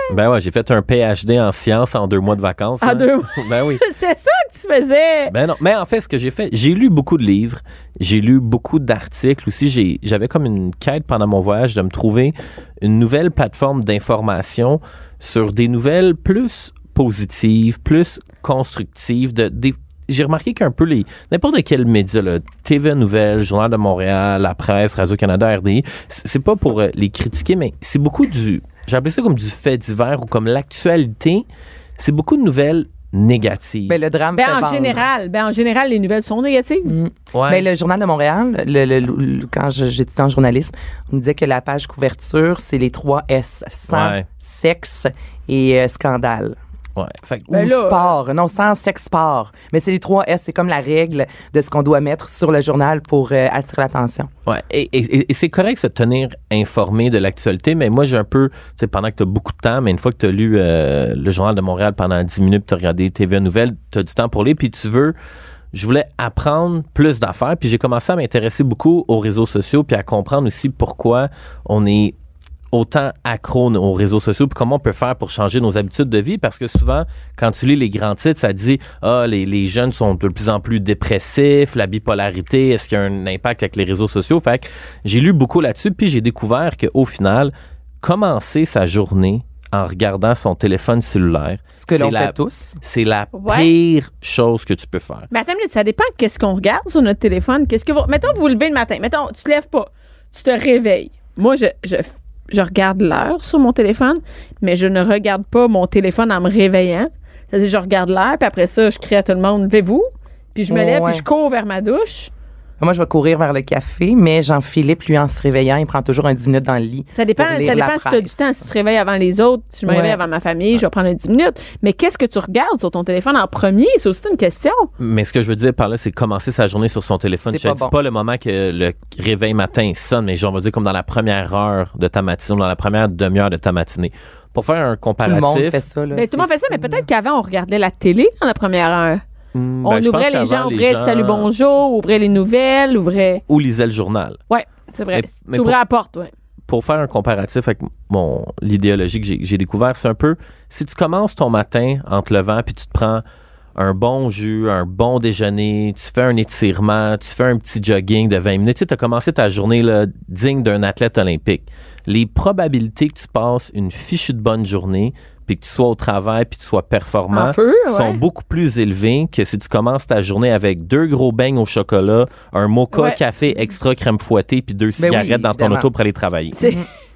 Ben ouais, j'ai fait un P H D en sciences en deux mois de vacances. En hein. deux mois? Ben oui. C'est ça que tu faisais? Ben non, mais en fait, ce que j'ai fait, j'ai lu beaucoup de livres, j'ai lu beaucoup d'articles aussi. J'ai, j'avais comme une quête pendant mon voyage de me trouver une nouvelle plateforme d'information sur des nouvelles plus positives, plus constructives. De, des, j'ai remarqué qu'un peu les n'importe quel média, là, T V Nouvelles, Journal de Montréal, La Presse, Radio-Canada, R D I, c'est pas pour euh, les critiquer, mais c'est beaucoup du, j'ai appelé ça comme du fait divers ou comme l'actualité. C'est beaucoup de nouvelles négatives. Ben, le drame Ben, fait en vendre. général, ben, en général, les nouvelles sont négatives. Mm. Ouais. Ben, le Journal de Montréal, le, le- le- quand je- j'étudiais en journalisme, on me disait que la page couverture, c'est les trois S. Sang, Ouais. sexe et euh, scandale. Ouais. Fait que- Ou Ben là, sport. Non, sans sexe, sport. Mais c'est les trois S. C'est comme la règle de ce qu'on doit mettre sur le journal pour euh, attirer l'attention. Ouais, et, et, et c'est correct de se tenir informé de l'actualité, mais moi, j'ai un peu, tu sais, pendant que tu as beaucoup de temps, mais une fois que tu as lu euh, le Journal de Montréal pendant dix minutes, tu as regardé T V Nouvelles, tu as du temps pour lire, puis tu veux, je voulais apprendre plus d'affaires, puis j'ai commencé à m'intéresser beaucoup aux réseaux sociaux, puis à comprendre aussi pourquoi on est autant accro aux réseaux sociaux, puis comment on peut faire pour changer nos habitudes de vie, parce que souvent, quand tu lis les grands titres, ça dit « Ah, les, les jeunes sont de plus en plus dépressifs, la bipolarité, est-ce qu'il y a un impact avec les réseaux sociaux? » Fait que j'ai lu beaucoup là-dessus, puis j'ai découvert qu'au final, commencer sa journée en regardant son téléphone cellulaire, Ce que c'est l'on la- fait tous. c'est la Ouais. pire chose que tu peux faire. Mais attends une minute, ça dépend de qu'est-ce qu'on regarde sur notre téléphone. Qu'est-ce que vous... Mettons, vous vous levez le matin. Mettons, tu te lèves pas. Tu te réveilles. Moi, je, je, je regarde l'heure sur mon téléphone, mais je ne regarde pas mon téléphone en me réveillant. C'est-à-dire, je regarde l'heure, puis après ça, je crie à tout le monde, levez-vous. Puis je me lève, Ouais. puis je cours vers ma douche. Moi, je vais courir vers le café, mais Jean-Philippe, lui, en se réveillant, il prend toujours un dix minutes dans le lit. Ça dépend, pour lire ça la dépend si tu as du presse. temps. Si tu te réveilles avant les autres, si je me Ouais. réveille avant ma famille, je vais prendre un dix minutes. Mais qu'est-ce que tu regardes sur ton téléphone en premier? C'est aussi une question. Mais ce que je veux dire par là, c'est commencer sa journée sur son téléphone. C'est Je ne pas dis bon. pas le moment que le réveil matin sonne, mais genre, on va dire comme dans la première heure de ta matinée, ou dans la première demi-heure de ta matinée. Pour faire un Tout comparatif. le monde fait ça. Là. Ben, tout le monde fait ça, mais peut-être qu'avant, on regardait la télé dans la première heure. Hmm, On ben, je pense ouvrait les qu'avant, gens, ouvrait gens- Salut Bonjour, ouvrait les nouvelles, ouvrait. Ou lisaient le journal. Ouais, c'est vrai. Mais- mais tu ouvrais pour- la porte, ouais. Pour faire un comparatif avec mon l'idéologie que j'ai, j'ai découvert, c'est un peu, si tu commences ton matin en te levant, puis tu te prends un bon jus, un bon déjeuner, tu fais un étirement, tu fais un petit jogging de vingt minutes, tu as commencé ta journée là, digne d'un athlète olympique. Les probabilités que tu passes une fichue de bonne journée, puis que tu sois au travail, puis que tu sois performant, En feu, ouais. sont beaucoup plus élevées que si tu commences ta journée avec deux gros beignes au chocolat, un mocha Ouais. café extra crème fouettée, puis deux Ben cigarettes oui, dans ton évidemment. auto pour aller travailler. C'est...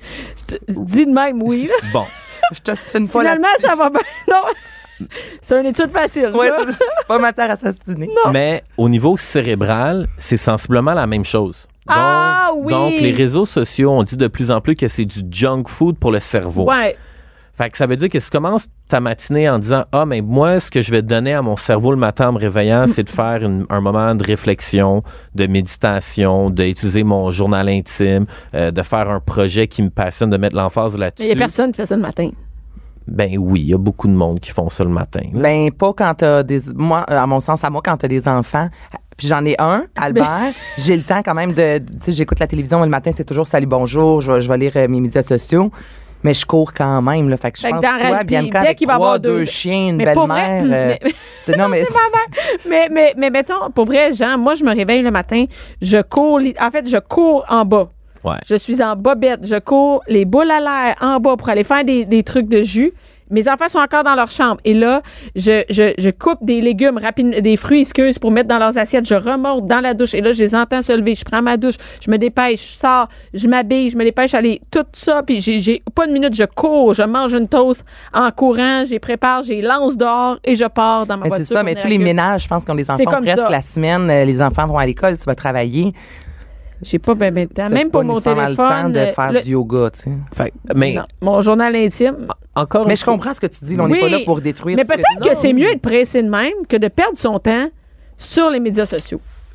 Je te dis de même, oui. là. Bon. Je t'ostine pas Finalement, là-dessus. ça va bien. Non. C'est une étude facile, Ouais, ça. c'est pas matière à s'ostiner. Mais au niveau cérébral, c'est sensiblement la même chose. Donc, Ah oui! donc, les réseaux sociaux, on dit de plus en plus que c'est du junk food pour le cerveau. Ouais. Fait que ça veut dire que si tu commences ta matinée en disant « Ah, mais moi, ce que je vais donner à mon cerveau le matin en me réveillant, c'est de faire une- un moment de réflexion, de méditation, d'utiliser mon journal intime, euh, de faire un projet qui me passionne, de mettre l'emphase Mais là-dessus. il n'y a personne qui fait ça le matin. » Ben oui, il y a beaucoup de monde qui font ça le matin. là. Ben, pas quand t'as des. Moi, euh, à mon sens, à moi, quand t'as des enfants. Puis j'en ai un, Albert. J'ai le temps quand même de. Tu sais, j'écoute la télévision, moi, le matin, c'est toujours Salut, bonjour. Je vais, je vais lire euh, mes médias sociaux. Mais je cours quand même, là. Fait que je Fait que pense dans que toi, Rugby, Bianca, dès avec qu'il va trois, avoir deux, deux- chiens, une Mais pour vrai, belle-mère. euh, mais- non, mais. Mais, mais, mais mettons, pour vrai, Jean, moi, je me réveille le matin, je cours, li- en fait, je cours en bas. Ouais. Je suis en bobette, je cours les boules à l'air en bas pour aller faire des, des trucs de jus. Mes enfants sont encore dans leur chambre. Et là, je, je, je coupe des légumes rapides, des fruits, excuse, pour mettre dans leurs assiettes. Je remonte dans la douche. Et là, je les entends se lever. Je prends ma douche. Je me dépêche. Je sors. Je m'habille. Je me dépêche aller. Tout ça. Puis j'ai, j'ai pas une minute. Je cours. Je mange une toast en courant. Je les prépare. Je les lance dehors. Et je pars dans ma Mais voiture. c'est ça, pour mais venir tous à les Cube. ménages, je pense qu'on les C'est enfants comme presque ça. la semaine, euh, les enfants vont à l'école, tu vas travailler. J'ai pas ben, ben de temps. T'as Même pas pour mon nécessairement téléphone. le temps de euh, faire le- du yoga, tu sais. Fait, mais non, mon journal intime. encore Mais une je fois- comprends ce que tu dis. Là, on n'est Oui, pas là pour détruire Mais tout ce peut-être tu que dis. c'est mieux être pressé de même que de perdre son temps sur les médias sociaux.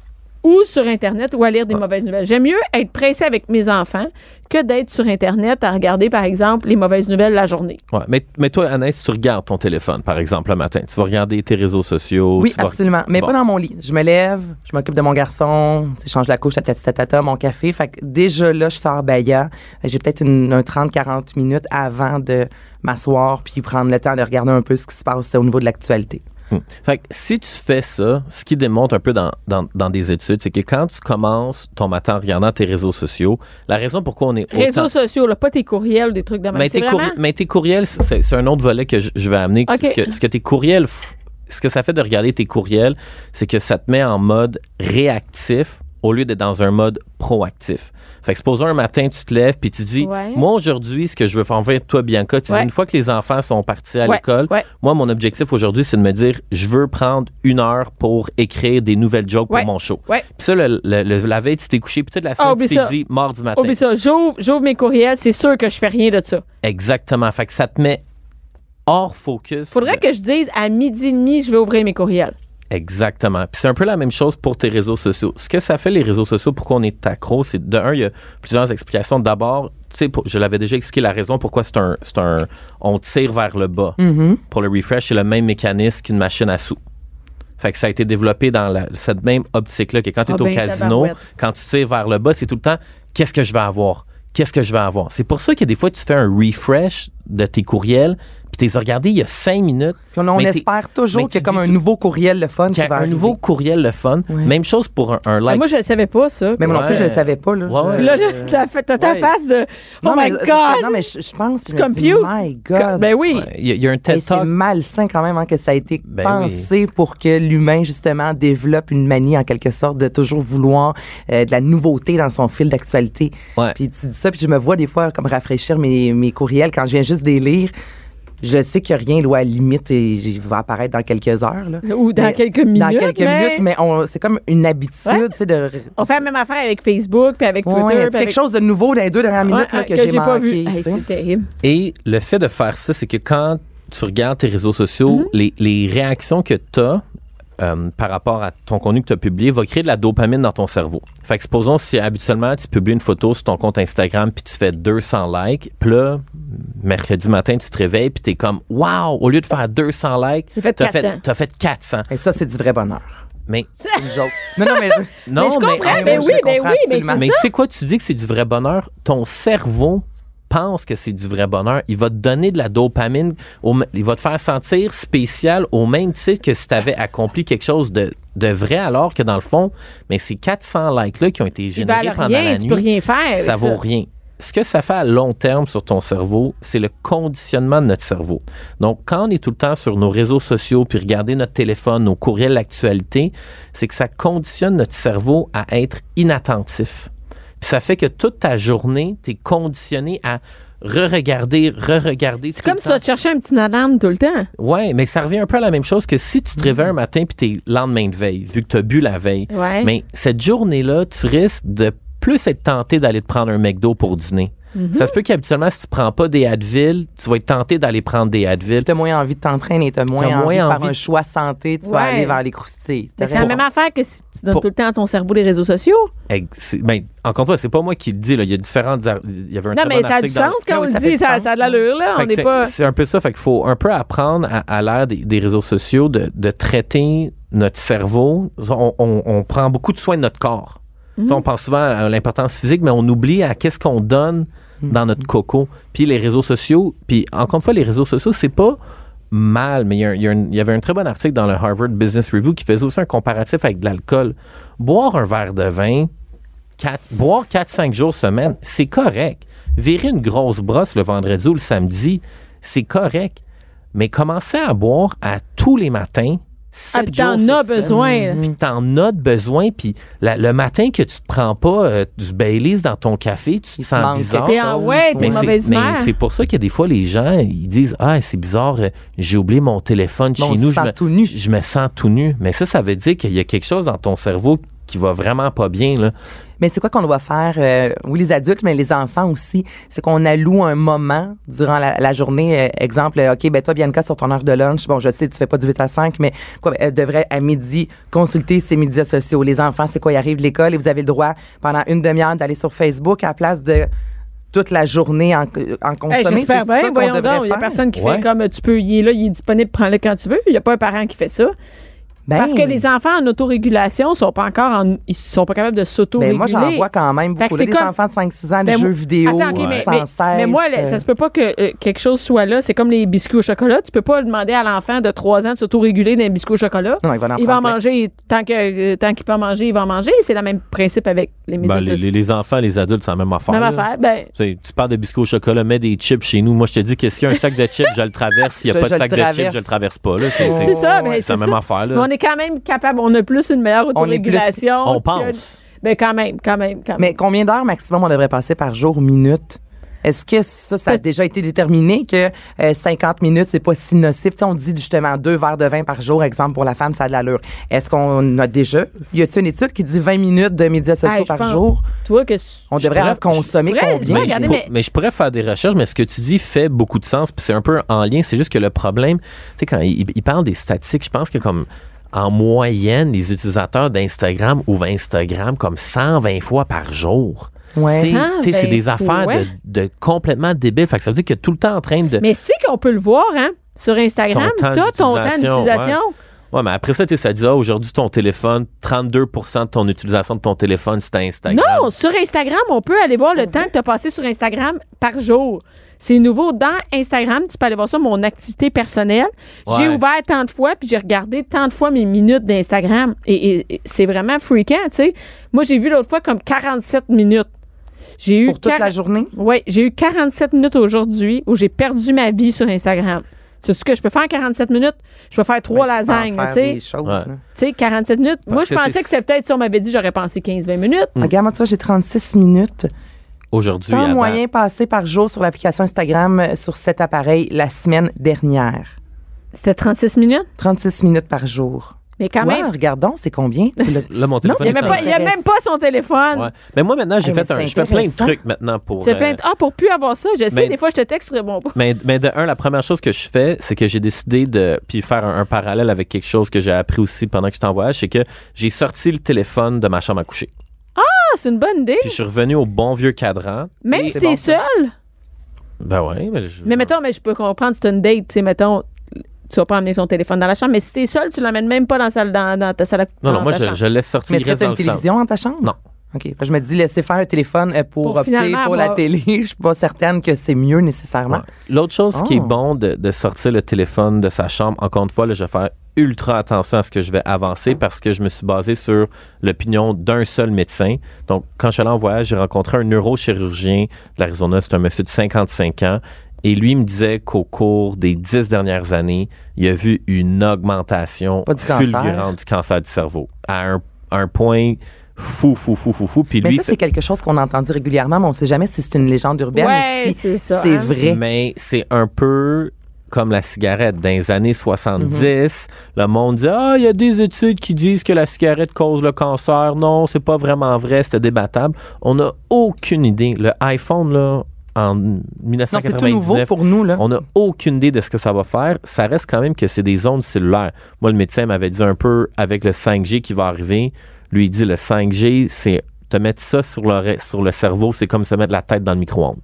ou sur Internet ou à lire des ouais. mauvaises nouvelles. J'aime mieux être pressé avec mes enfants que d'être sur Internet à regarder, par exemple, les mauvaises nouvelles la journée. Ouais, mais, mais toi, Anaïs, tu regardes ton téléphone, par exemple, le matin. Tu vas regarder tes réseaux sociaux. Oui, tu absolument. Vas... Mais bon. pas dans mon lit. Je me lève, je m'occupe de mon garçon, je change la couche, tatati tatata, mon café. Fait que déjà là, je sors baillant. J'ai peut-être une, un trente à quarante minutes avant de m'asseoir puis prendre le temps de regarder un peu ce qui se passe au niveau de l'actualité. Hum. Fait que si tu fais ça, ce qui démontre un peu dans, dans, dans des études, c'est que quand tu commences ton matin en regardant tes réseaux sociaux, la raison pourquoi on est autant... Réseaux sociaux, là, pas tes courriels ou des trucs de même. Mais, tes, vraiment... courri... mais tes courriels, c'est, c'est un autre volet que je, je vais amener. Okay. Ce, que, ce que tes courriels... Ce que ça fait de regarder tes courriels, c'est que ça te met en mode réactif au lieu d'être dans un mode proactif. Fait que supposons un matin, tu te lèves puis tu dis, ouais. moi aujourd'hui, ce que je veux faire, enfin, toi Bianca, tu ouais. dis, une fois que les enfants sont partis à ouais. l'école, ouais. moi mon objectif aujourd'hui, c'est de me dire, je veux prendre une heure pour écrire des nouvelles jokes ouais. pour mon show. Ouais. Puis ça, le, le, le, la veille, tu t'es couché, puis toute la semaine, oh, tu t'es ça. dit, mardi matin. Oublie ça, j'ouvre, j'ouvre mes courriels, c'est sûr que je fais rien de ça. Exactement. Fait que ça te met hors focus. Faudrait de... que je dise, à midi et demi, je vais ouvrir mes courriels. Exactement. Puis c'est un peu la même chose pour tes réseaux sociaux. Ce que ça fait, les réseaux sociaux, pourquoi on est accro, c'est de un, il y a plusieurs explications. D'abord, tu sais, je l'avais déjà expliqué la raison pourquoi c'est un, c'est un on tire vers le bas. Mm-hmm. Pour le refresh, c'est le même mécanisme qu'une machine à sous. Fait que ça a été développé dans la, cette même optique-là, que quand tu es oh, au ben, casino, tabarouette. quand tu tires vers le bas, c'est tout le temps, qu'est-ce que je vais avoir? Qu'est-ce que je vais avoir? C'est pour ça que des fois, tu fais un refresh de tes courriels, puis tu les as regardés il y a cinq minutes. Puis on, on espère toujours qu'il y a comme un nouveau courriel le fun qui va un arriver. nouveau courriel le fun. Ouais. Même chose pour un, un like. Ah, moi, je ne savais pas ça. Mais moi ouais. non plus, je ne savais pas. Là, ouais, je, là, là t'as, fait, t'as ta ouais. face de « Oh non, my mais, God! » Non, mais je, je pense, tu je me dis, computes? my God! Ben oui. Il ouais, y, y a un TED hey, Talk. C'est malsain quand même hein, que ça a été ben pensé oui. pour que l'humain, justement, développe une manie, en quelque sorte, de toujours vouloir euh, de la nouveauté dans son fil d'actualité. Ouais. Puis tu dis ça, puis je me vois des fois comme rafraîchir mes, mes courriels quand je viens juste des lire. Je sais qu'il n'y a rien, là, à la limite, et il va apparaître dans quelques heures. Là. Ou dans mais, quelques minutes. Dans quelques mais... minutes, mais on, c'est comme une habitude. Ouais. Tu sais, de... On fait la même affaire avec Facebook puis avec Twitter. Ouais, c'est quelque avec... chose de nouveau dans les deux dernières minutes ouais, là, que, que j'ai, j'ai manqué. Pas vu. Hey, c'est terrible. Et le fait de faire ça, c'est que quand tu regardes tes réseaux sociaux, mm-hmm. les, les réactions que tu as Euh, par rapport à ton contenu que tu as publié va créer de la dopamine dans ton cerveau. Fait que supposons si habituellement tu publies une photo sur ton compte Instagram puis tu fais deux cents likes, puis là, mercredi matin, tu te réveilles puis t'es comme « Wow! » Au lieu de faire deux cents likes, fait t'as quatre cents. fait, t'as fait quatre cents. Et ça, c'est du vrai bonheur. Mais c'est une joke. Non, non, mais je, non, mais je comprends, mais, mais, moi, oui, je mais comprends oui, absolument. mais mais tu sais quoi, tu dis que c'est du vrai bonheur, ton cerveau pense que c'est du vrai bonheur, il va te donner de la dopamine, au, il va te faire sentir spécial au même titre que si tu avais accompli quelque chose de, de vrai, alors que dans le fond, mais ces quatre cents likes-là qui ont été générés pendant rien, la tu nuit, peux rien faire ça vaut ça. rien. Ce que ça fait à long terme sur ton cerveau, c'est le conditionnement de notre cerveau. Donc, quand on est tout le temps sur nos réseaux sociaux puis regarder notre téléphone, nos courriels, l'actualité, c'est que ça conditionne notre cerveau à être inattentif. Puis ça fait que toute ta journée, tu es conditionné à re-regarder, re-regarder. C'est comme si tu vas te chercher un petit nanane tout le temps. Oui, mais ça revient un peu à la même chose que si tu te réveilles un matin puis t'es lendemain de veille, vu que tu as bu la veille. Ouais. Mais cette journée-là, tu risques de plus être tenté d'aller te prendre un McDo pour dîner. Mm-hmm. Ça se peut qu'habituellement, si tu prends pas des Advil, tu vas être tenté d'aller prendre des Advil. Tu as moins envie de t'entraîner, tu as moins, T'as envie moins de faire envie. un choix santé, tu Ouais. vas aller vers les croustilles. C'est la même affaire que si tu donnes Pour... tout le temps à ton cerveau les réseaux sociaux. C'est, ben, encore une fois, c'est pas moi qui le dis. Là. Il y a différentes. Il y avait un non, très mais bon ça a du article dans... sens quand oui, on ça le fait dit. du Ça, sens, ça a de l'allure, là. Fait On n'est c'est, pas... c'est un peu ça. Fait qu'il faut un peu apprendre à, à l'ère des, des réseaux sociaux de, de traiter notre cerveau. On, on, on prend beaucoup de soin de notre corps. Mm-hmm. On pense souvent à l'importance physique, mais on oublie à qu'est-ce qu'on donne dans notre coco. Puis les réseaux sociaux, puis encore une fois, les réseaux sociaux, c'est pas mal, mais il y, a, il, y a un, il y avait un très bon article dans le Harvard Business Review qui faisait aussi un comparatif avec de l'alcool. Boire un verre de vin, quatre, boire quatre cinq jours semaine, c'est correct. Virer une grosse brosse le vendredi ou le samedi, c'est correct. Mais commencer à boire à tous les matins, Ah, puis t'en as besoin. Puis t'en as besoin. Puis la, le matin que tu te prends pas euh, du Baileys dans ton café, tu te sens bizarre. T'es en, ouais, t'es mais mauvaise c'est, humeur. mais c'est pour ça que des fois, les gens, ils disent « Ah, c'est bizarre, euh, j'ai oublié mon téléphone Bon, chez nous. On se Je sent me, tout nu. je me sens tout nu. » Mais ça, ça veut dire qu'il y a quelque chose dans ton cerveau qui va vraiment pas bien, là. Mais c'est quoi qu'on doit faire? Euh, oui, les adultes, mais les enfants aussi. C'est qu'on alloue un moment durant la, la journée. Euh, exemple, euh, OK, ben toi, Bianca, sur ton heure de lunch, bon, je sais, tu fais pas du huit à cinq, mais quoi, elle devrait, à midi, consulter ses médias sociaux. Les enfants, c'est quoi? Ils arrivent de l'école et vous avez le droit, pendant une demi-heure, d'aller sur Facebook à la place de toute la journée en, en consommer. Hey, j'espère c'est bien, ça qu'on voyons devrait donc. Il y a faire. personne qui Ouais. fait comme tu peux, il est là, il est disponible, prends-le quand tu veux. Il n'y a pas un parent qui fait ça. Ben, Parce que les enfants en autorégulation sont pas encore en, ils sont pas capables de ben, s'autoréguler. moi, j'en vois quand même Fait que beaucoup. c'est Là, des comme- enfants de cinq six ans, des Ben, jeux moi- vidéo, Attends, ok, mais, sans mais, cesse. mais moi, là, ça se peut pas que euh, quelque chose soit là. C'est comme les biscuits au chocolat. Tu peux pas demander à l'enfant de trois ans de s'autoréguler dans les biscuits au chocolat. Non, il va en il va en prendre plein. manger tant que euh, tant qu'il peut en manger, il va en manger. C'est le même principe avec les médias Ben, les, sociaux. les- les enfants, les adultes, c'est la même affaire. Même là. affaire. Ben, Tu sais, tu parles de biscuits au chocolat, mets des chips chez nous. Moi, je te dis que si y a un sac de chips, je le traverse. S'il n'y a Je- pas de je sac le de chips, traverse. je le traverse pas. Là. C'est, Oh. c'est, c'est ça. ouais, Ben, c'est c'est la même ça. affaire. Mais Là. on est quand même capable. On a plus une meilleure On est plus- autorégulation. On que- pense. Ben, quand même, quand même, quand même. Mais combien d'heures maximum on devrait passer par jour ou minutes? Est-ce que ça, ça a Peut- déjà été déterminé que euh, cinquante minutes, c'est pas si nocif? Tu sais, on dit justement deux verres de vin par jour, exemple, pour la femme, ça a de l'allure. Est-ce qu'on a déjà... Y a-t-il une étude qui dit vingt minutes de médias sociaux Hey, je par pense- jour? Toi, que. On Je devrait pourrais- en consommer je pourrais- combien? Ouais, Mais, regardez, je, mais- mais je pourrais faire des recherches, mais ce que tu dis fait beaucoup de sens, puis c'est un peu en lien. C'est juste que le problème, tu sais, quand il, il parle des statistiques, je pense que comme en moyenne, les utilisateurs d'Instagram ouvrent Instagram comme cent vingt fois par jour. Ouais. C'est, tu sais, c'est des cent vingt affaires fois. de, de complètement débiles. Fait que ça veut dire que tout le temps en train de... Mais tu sais qu'on peut le voir, hein? Sur Instagram, Ton temps t'as ton temps d'utilisation, d'utilisation. Ouais, mais après ça, tu sais, ça dit, ah, aujourd'hui, ton téléphone, trente-deux pour cent de ton utilisation de ton téléphone, c'est à Instagram. Non, sur Instagram, on peut aller voir le temps que tu as passé sur Instagram par jour. C'est nouveau. Dans Instagram, tu peux aller voir ça, mon activité personnelle. J'ai Ouais. ouvert tant de fois, puis j'ai regardé tant de fois mes minutes d'Instagram. Et, et- et c'est vraiment freakant, tu sais. Moi, j'ai vu l'autre fois comme quarante-sept minutes. J'ai eu Pour toute quar- la journée? Oui, j'ai eu quarante-sept minutes aujourd'hui où j'ai perdu ma vie sur Instagram. Sais-tu ce que je peux faire en quarante-sept minutes? Je peux faire trois Ben, tu peux en lasagnes, faire tu sais. des choses, Ouais. là. Tu sais, quarante-sept minutes. Moi, Parce je que pensais c'est- que c'était peut-être, si on m'avait dit, j'aurais pensé quinze vingt minutes. Regarde, moi, tu vois, j'ai trente-six minutes. Aujourd'hui, Temps à date. moyen passé par jour sur l'application Instagram euh, sur cet appareil la semaine dernière. C'était trente-six minutes. trente-six minutes par jour. Mais quand Toi, même. regardons, c'est combien? Tu l'as- Là, mon téléphone, Il n'y Non, a, est même pas- il y a même pas son téléphone. Ouais. Mais moi, maintenant, j'ai Hey, mais fait un, c'est je fais plein de intéressant. trucs maintenant pour. C'est euh, plein de- Ah, pour plus avoir ça, je sais, mais- des fois, je te texte, je réponds pas. Mais, mais de un, la première chose que je fais, c'est que j'ai décidé de puis faire un, un parallèle avec quelque chose que j'ai appris aussi pendant que j'étais en voyage, c'est que j'ai sorti le téléphone de ma chambre à coucher. Ah, c'est une bonne idée. Puis je suis revenu au bon vieux cadran. Même Et- si c'est t'es bon, ça. seul. Ben ouais, mais je- Mais mettons, mais je peux comprendre, c'est une date, tu sais, mettons, tu vas pas amener ton téléphone dans la chambre, mais si t'es seul, tu l'amènes même pas dans, la salle, dans, dans ta salle à Non, non, dans moi, ta je, chambre. je laisse sortir. Mais il est-ce que reste tu as dans une le salon. télévision dans ta chambre? Non. OK. Parce que je me dis, laisser faire le téléphone euh, pour, Pour opter finalement pour la avoir- télé. Je suis pas certaine que c'est mieux nécessairement. Ouais. L'autre chose qui est Oh. bon de, de sortir le téléphone de sa chambre, encore une fois, là, je vais faire ultra attention à ce que je vais avancer parce que je me suis basé sur l'opinion d'un seul médecin. Donc, quand je suis allé en voyage, j'ai rencontré un neurochirurgien de l'Arizona. C'est un monsieur de cinquante-cinq ans. Et lui me disait qu'au cours des dix dernières années, il a vu une augmentation Pas du cancer. fulgurante du cancer du cerveau à un, un point fou, fou, fou, fou, fou. Puis Mais lui, ça, c'est quelque chose qu'on a entendu régulièrement, mais on sait jamais si c'est une légende urbaine Ouais, ou si c'est ça, c'est hein. vrai. Mais c'est un peu comme la cigarette. Dans les années soixante-dix, Mm-hmm. le monde dit « Ah, il y a des études qui disent que la cigarette cause le cancer. Non, c'est pas vraiment vrai, c'est débattable. » On n'a aucune idée. Le iPhone, là, en Non, dix-neuf c'est tout nouveau quatre-vingt-dix-neuf, pour nous, là. on n'a aucune idée de ce que ça va faire. Ça reste quand même que c'est des ondes cellulaires. Moi, le médecin m'avait dit un peu avec le cinq G qui va arriver. Lui, il dit le cinq G, c'est te mettre ça sur le, sur le cerveau, c'est comme se mettre la tête dans le micro-ondes.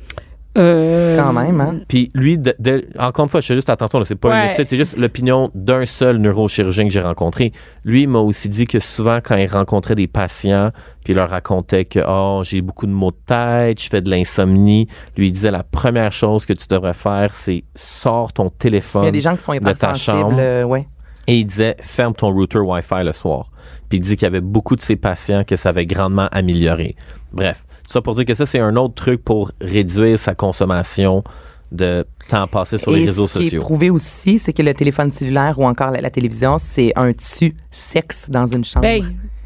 Euh, Quand même, hein? Puis lui, de, de- encore une fois, je fais juste attention, là, c'est pas Ouais. un médecin, c'est juste l'opinion d'un seul neurochirurgien que j'ai rencontré. Lui, il m'a aussi dit que souvent, quand il rencontrait des patients, puis il leur racontait que oh, j'ai beaucoup de maux de tête, je fais de l'insomnie, lui, il disait la première chose que tu devrais faire, c'est sors ton téléphone. Il y a des gens qui sont de ta hypersensibles. chambre. euh, ouais. Et il disait, ferme ton router Wi-Fi le soir. Puis il dit qu'il y avait beaucoup de ses patients que ça avait grandement amélioré. Bref, tout ça pour dire que ça, c'est un autre truc pour réduire sa consommation de temps passé sur Et les réseaux ce qui est sociaux. prouvé aussi, c'est que le téléphone cellulaire ou encore la, la télévision, c'est un tu sexe dans une chambre. Ben, Mais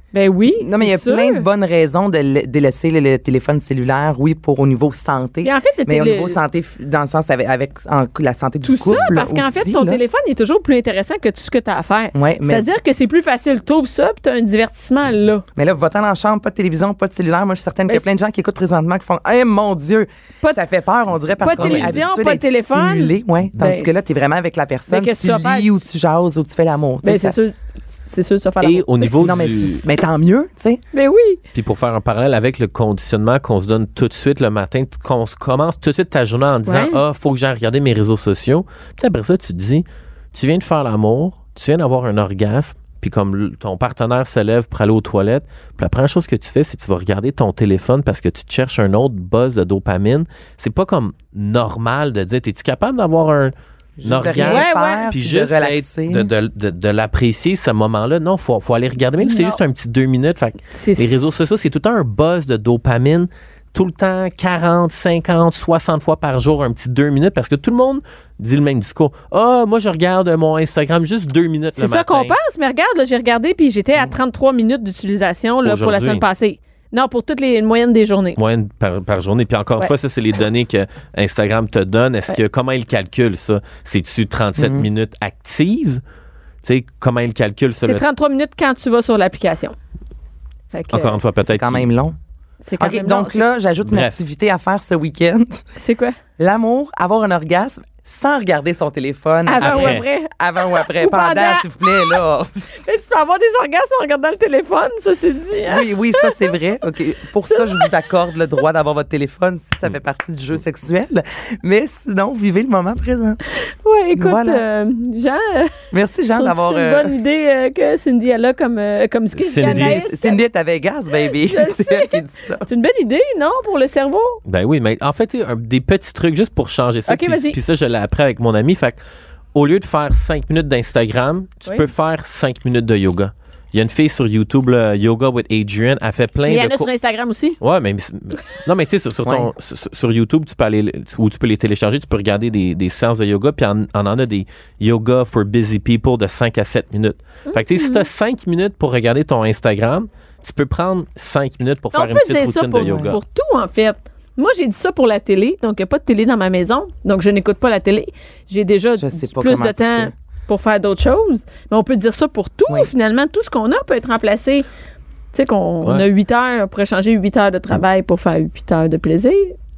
Ben oui. Non, mais il y a c'est plein sûr. de bonnes raisons de, la- de laisser le, le téléphone cellulaire, oui, pour au niveau santé. Et en fait, le mais au télé- niveau santé, f- dans le sens avec, avec en- la santé du Tout couple. ça, parce qu'en fait, aussi, ton là. téléphone est toujours plus intéressant que tout ce que tu as à faire. Ouais, mais- C'est-à-dire que c'est plus facile. Tu ouvres ça, puis tu as un divertissement là. Mais là, va-t'en dans la chambre, pas de télévision, pas de cellulaire. Moi, je suis certaine Ben, qu'il y a plein de gens qui écoutent présentement qui font « Eh, mon Dieu! » Pas de- Ça fait peur, on dirait, parce pas de qu'on est télévision, habitué pas de d'être téléphone. stimulé. Ouais. Tandis Ben, que là, t'es vraiment avec la personne, ben, qu'est-ce tu que tu vas lis faire? ou tu jases ou tu fais l'amour. tu Ben, sais, c'est ça- sûr, c'est sûr, ça va faire Et l'amour. au niveau Non, mais, du... c'est- mais tant mieux, tu sais. Ben oui. Puis pour faire un parallèle avec le conditionnement qu'on se donne tout de suite le matin, t- qu'on se commence tout de suite ta journée en disant Ouais. ah, faut que j'aille regarder mes réseaux sociaux. Puis après ça, tu te dis, tu viens de faire l'amour, tu viens d'avoir un orgasme, puis comme l- ton partenaire se lève pour aller aux toilettes, puis la première chose que tu fais, c'est que tu vas regarder ton téléphone parce que tu te cherches un autre buzz de dopamine. C'est pas comme normal de dire, es-tu capable d'avoir un, Juste un de rien orgasme? Ouais, faire, Puis puis juste de relaxer. être- de, de, de, de l'apprécier, ce moment-là. Non, il faut, faut aller regarder. Même si c'est Non. juste un petit deux minutes. Fait que C'est- les réseaux sociaux, c'est tout le temps un buzz de dopamine. Tout le temps, quarante, cinquante, soixante fois par jour, un petit deux minutes, parce que tout le monde dit le même discours. Ah, moi, je regarde mon Instagram juste deux minutes le C'est ça matin. qu'on pense, mais regarde, là, j'ai regardé, puis j'étais à trente-trois minutes d'utilisation là, pour la Aujourd'hui. semaine passée. Non, pour toutes les moyennes des journées. Moyenne par, par journée. Puis encore une Ouais. fois, ça, c'est les données que Instagram te donne. Est-ce que, comment il calcule ça? C'est-tu trente-sept Mhm. minutes actives? Tu sais, comment il calcule ça? C'est le- trente-trois minutes quand tu vas sur l'application. Fait que, Encore une fois, peut-être. C'est quand qu'il- même long. c'est quand OK, même donc long. là, j'ajoute une Bref. activité à faire ce week-end. C'est quoi? L'amour, avoir un orgasme sans regarder son téléphone. Avant Après. ou après? Avant ou après. Ou Pendant, pendant. s'il vous plaît, là. Mais tu peux avoir des orgasmes en regardant le téléphone, ça c'est dit. Hein? Oui, oui, ça, c'est vrai. OK. Pour ça, je vous accorde le droit d'avoir votre téléphone si ça fait partie du jeu sexuel. Mais sinon, vivez le moment présent. Ouais, écoute, Voilà. euh, Jean, euh, Merci, Jean, trouves-tu d'avoir... une euh, bonne idée euh, que Cindy elle a comme, euh, comme skill. Cindy. Anaïs? Cindy est à Vegas, baby. Je C'est elle qui dit ça. C'est une bonne idée, non, pour le cerveau? Ben oui, mais en fait, tu sais, un- des petits trucs juste pour changer ça. OK, puis, vas-y. puis ça, je l'ai appris avec mon ami. Fait que, au lieu de faire cinq minutes d'Instagram, tu Oui. peux faire cinq minutes de yoga. Il y a une fille sur YouTube, là, Yoga with Adrian, elle fait plein Mais il y de en a cours- sur Instagram aussi. Ouais, mais non, mais tu sais, sur, sur ton- Ouais. sur, sur YouTube, tu peux aller ou tu peux les télécharger, tu peux regarder des, des séances de yoga, puis on, on en a des yoga for busy people de cinq à sept minutes. Fait que tu sais, si tu as cinq minutes pour regarder ton Instagram, tu peux prendre cinq minutes pour On faire une peut petite dire ça routine pour, de yoga. pour tout, en fait. Moi, j'ai dit ça pour la télé, donc il n'y a pas de télé dans ma maison, donc je n'écoute pas la télé. J'ai déjà Je sais pas plus comment de tu temps fais. pour faire d'autres choses, mais on peut dire ça pour tout, Oui. finalement. Tout ce qu'on a peut être remplacé. Tu sais qu'on on Ouais. a huit heures, on pourrait changer huit heures de travail pour faire huit heures de plaisir.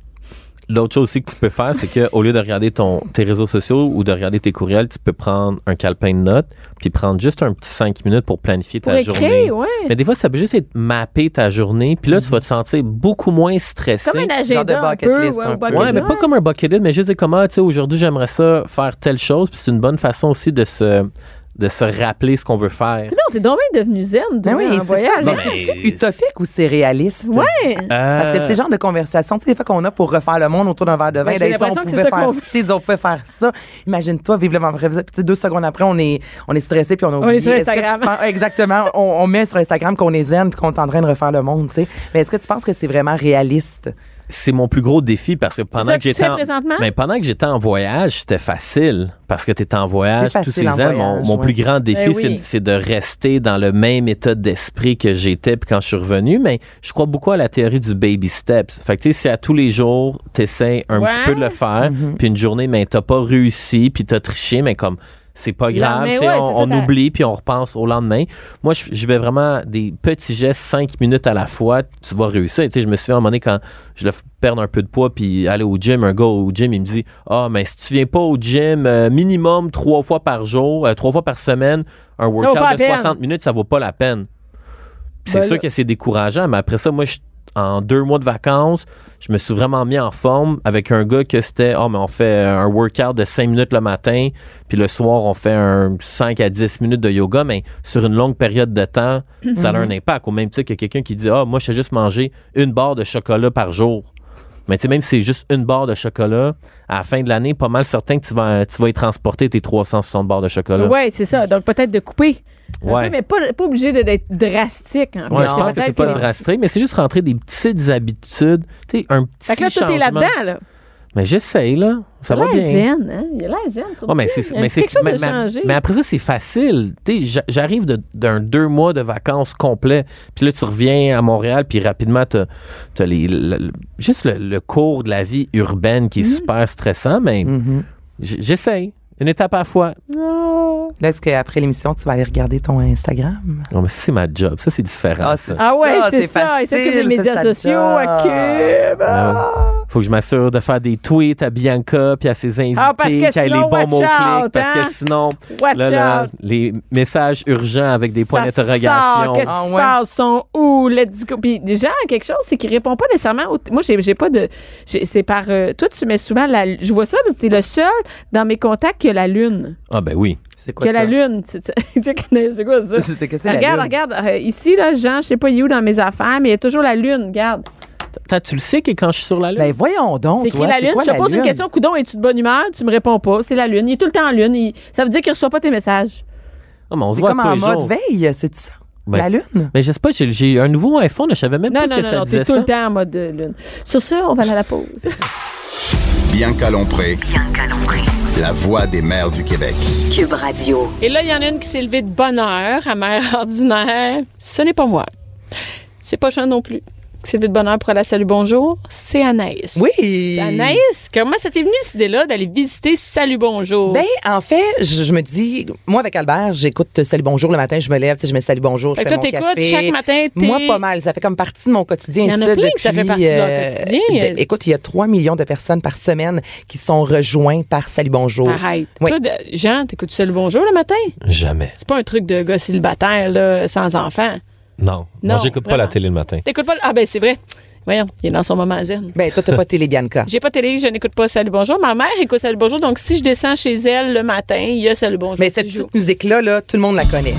L'autre chose aussi que tu peux faire, c'est qu'au lieu de regarder ton, tes réseaux sociaux ou de regarder tes courriels, tu peux prendre un calepin de notes puis prendre juste un petit cinq minutes pour planifier Pour ta écrire, journée. ouais. Mais des fois, ça peut juste être mapper ta journée, puis là, tu vas te sentir beaucoup moins stressé. Comme un Genre de agenda un bucket peu. list ouais, un un peu. bucket Ouais, mais list. pas comme un bucket list, mais juste dire comment, tu sais, aujourd'hui, j'aimerais ça faire telle chose, puis c'est une bonne façon aussi de se, de se rappeler ce qu'on veut faire. Non, t'es donc bien devenu zen, Ben toi, oui, en c'est voyage. ça. Mais Non, mais- c'est utopique ou c'est réaliste? Ouais. Parce que c'est le genre de conversation, tu sais, des fois qu'on a pour refaire le monde autour d'un verre de vin. Ben, j'ai D'ailleurs, on l'impression que c'est pouvait ça faire qu'on- ci, on pouvait faire ça. Imagine-toi vivre le moment présent. Puis, tu sais, deux secondes après, on est, on est stressé puis on a oublié. est sur Est-ce que Instagram. tu penses- exactement. On, on met sur Instagram qu'on est zen puis qu'on est en train de refaire le monde, tu sais. Mais est-ce que tu penses que c'est vraiment réaliste? C'est mon plus gros défi parce que pendant ça que que tu j'étais fais en, présentement? ben, pendant que j'étais en voyage, c'était facile parce que tu étais en voyage C'est tous ces facile en ans. Mon, voyage, mon ouais. plus grand défi, Ben oui. c'est, c'est de rester dans le même état d'esprit que j'étais puis quand je suis revenu. Mais je crois beaucoup à la théorie du baby steps. Fait que tu sais, si à tous les jours, tu essaies un Ouais. petit peu de le faire, puis une journée, mais t'as pas réussi, puis t'as triché, mais comme c'est pas Le grave, lendemain, tu sais, ouais, on, c'est ça, on t'as- oublie puis on repense au lendemain. Moi, je, je vais vraiment des petits gestes, cinq minutes à la fois, tu vas réussir. Tu sais, je me souviens à un moment donné quand je le perdre un peu de poids puis aller au gym, un gars au gym, il me dit « Ah, mais si tu viens pas au gym euh, minimum trois fois par jour, euh, trois fois par semaine, un vaut workout pas la de peine. soixante minutes, ça vaut pas la peine. » Puis c'est Ben sûr là- que c'est décourageant, mais après ça, moi, je en deux mois de vacances, je me suis vraiment mis en forme avec un gars que c'était, oh, mais on fait un workout de cinq minutes le matin, puis le soir, on fait un cinq à dix minutes de yoga, mais sur une longue période de temps, ça a un impact. Au même titre que quelqu'un qui dit, ah, moi, je fais juste manger une barre de chocolat par jour. Mais tu sais, même si c'est juste une barre de chocolat, à la fin de l'année, pas mal certain que tu vas, tu vas y transporter tes trois cent soixante barres de chocolat. Oui, c'est ça. Donc, peut-être de couper. Un Ouais. peu, mais pas, pas obligé de- d'être drastique. En fait. Ouais, je Non, pense que Peut-être c'est pas drastique, mais c'est juste rentrer des petites habitudes. Tu sais, un petit Fait que là, toi, t'es changement. là-dedans, là. Mais j'essaye, là. Ça il va a bien. l'air zen, hein? Il a l'air zen. Oh, mais c'est, il y a mais c'est, quelque chose mais, de mais- changé. mais après ça, c'est facile. Tu sais, j'arrive de, d'un deux mois de vacances complets, puis là, tu reviens à Montréal, puis rapidement, t'as, t'as les, le- le- juste le, le cours de la vie urbaine qui est Mm. super stressant, mais Mhm. j- j'essaye. Une étape à la fois. Oh. Là, est-ce qu'après l'émission, tu vas aller regarder ton Instagram? Non, mais ça, c'est ma job. Ça, c'est différent. Ah, ça. c'est- Ah ouais, Ça, c'est c'est ça. Il s'occupe des facile, médias c'est sa sociaux job. à Cube. Ah. Faut que je m'assure de faire des tweets à Bianca puis à ses invités, Ah, parce que qu'il y ait les sinon, bons watch mots-clics, out, parce hein? que sinon, Watch là, là, out. les messages urgents avec des points Ça d'interrogation. sort, Qu'est-ce Ah, qui se ouais. passe? Sont où? Let's go. Puis déjà, quelque chose, c'est qu'il répond pas nécessairement. Au- Moi, j'ai, j'ai pas de. j'ai- c'est par. euh, toi, tu mets souvent la. Je vois ça, t'es le seul dans mes contacts qui a la lune. Ah, ben oui. C'est quoi Qui a ça? la lune. Tu- tu- tu connais- c'est quoi ça? C'était que c'est la Regarde, lune. regarde. euh, ici, là, Jean, je sais pas, il est où dans mes affaires, mais il y a toujours la lune. Regarde. Attends, tu le sais que quand je suis sur la lune? Ben voyons donc, C'est écrit toi, la lune. quoi, Je te la pose une lune? question. Coudon, es-tu de bonne humeur? Tu me réponds pas. C'est la lune. Il est tout le temps en lune. Il- Ça veut dire qu'il reçoit pas tes messages. Ah, mais on se C'est voit comme tous en les mode jours. veille, c'est ça? Ben, La lune? Mais je sais pas, j'ai, j'ai un nouveau iPhone, je savais même Non, pas non, que non, ça non. disait T'es tout ça. le temps en mode euh, lune. Sur ça, on va aller à la pause. Bianca Lompré, Bianca Lompré. la voix des mères du Québec. Cube Radio. Et là, il y en a une qui s'est levée de bonne heure à mère ordinaire. Ce n'est pas moi. C'est pas Jean non plus. Qui s'est levée de bonne heure pour aller à Salut Bonjour. C'est Anaïs. Oui. Anaïs, comment ça t'est venu cette idée-là d'aller visiter Salut Bonjour? Ben, en fait, je, je me dis, moi, avec Albert, j'écoute Salut Bonjour le matin, je me lève, tu sais, je mets Salut Bonjour, je Fait que fais toi, mon t'écoutes café. chaque matin, t'es- Moi, pas mal. Ça fait comme partie de mon quotidien. Il y en a ça, plein depuis, que ça fait partie de leur quotidien. de- écoute, il y a trois millions de personnes par semaine qui sont rejoints par Salut Bonjour. Arrête. Oui. Toi, de- Jean, t'écoutes Salut Bonjour le matin? Jamais. C'est pas un truc de gars célibataire, là, sans enfant. Non. Non, Non, j'écoute pas vraiment. la télé le matin. T'écoutes pas? le- Ah, ben, c'est vrai. Voyons, il est dans son moment zen. Ben, toi, t'as pas télé Bianca. J'ai pas télé, je n'écoute pas Salut Bonjour. Ma mère écoute Salut Bonjour, donc si je descends chez elle le matin, il y a Salut Bonjour. Mais cette qui joue. petite musique-là, là, tout le monde la connaît.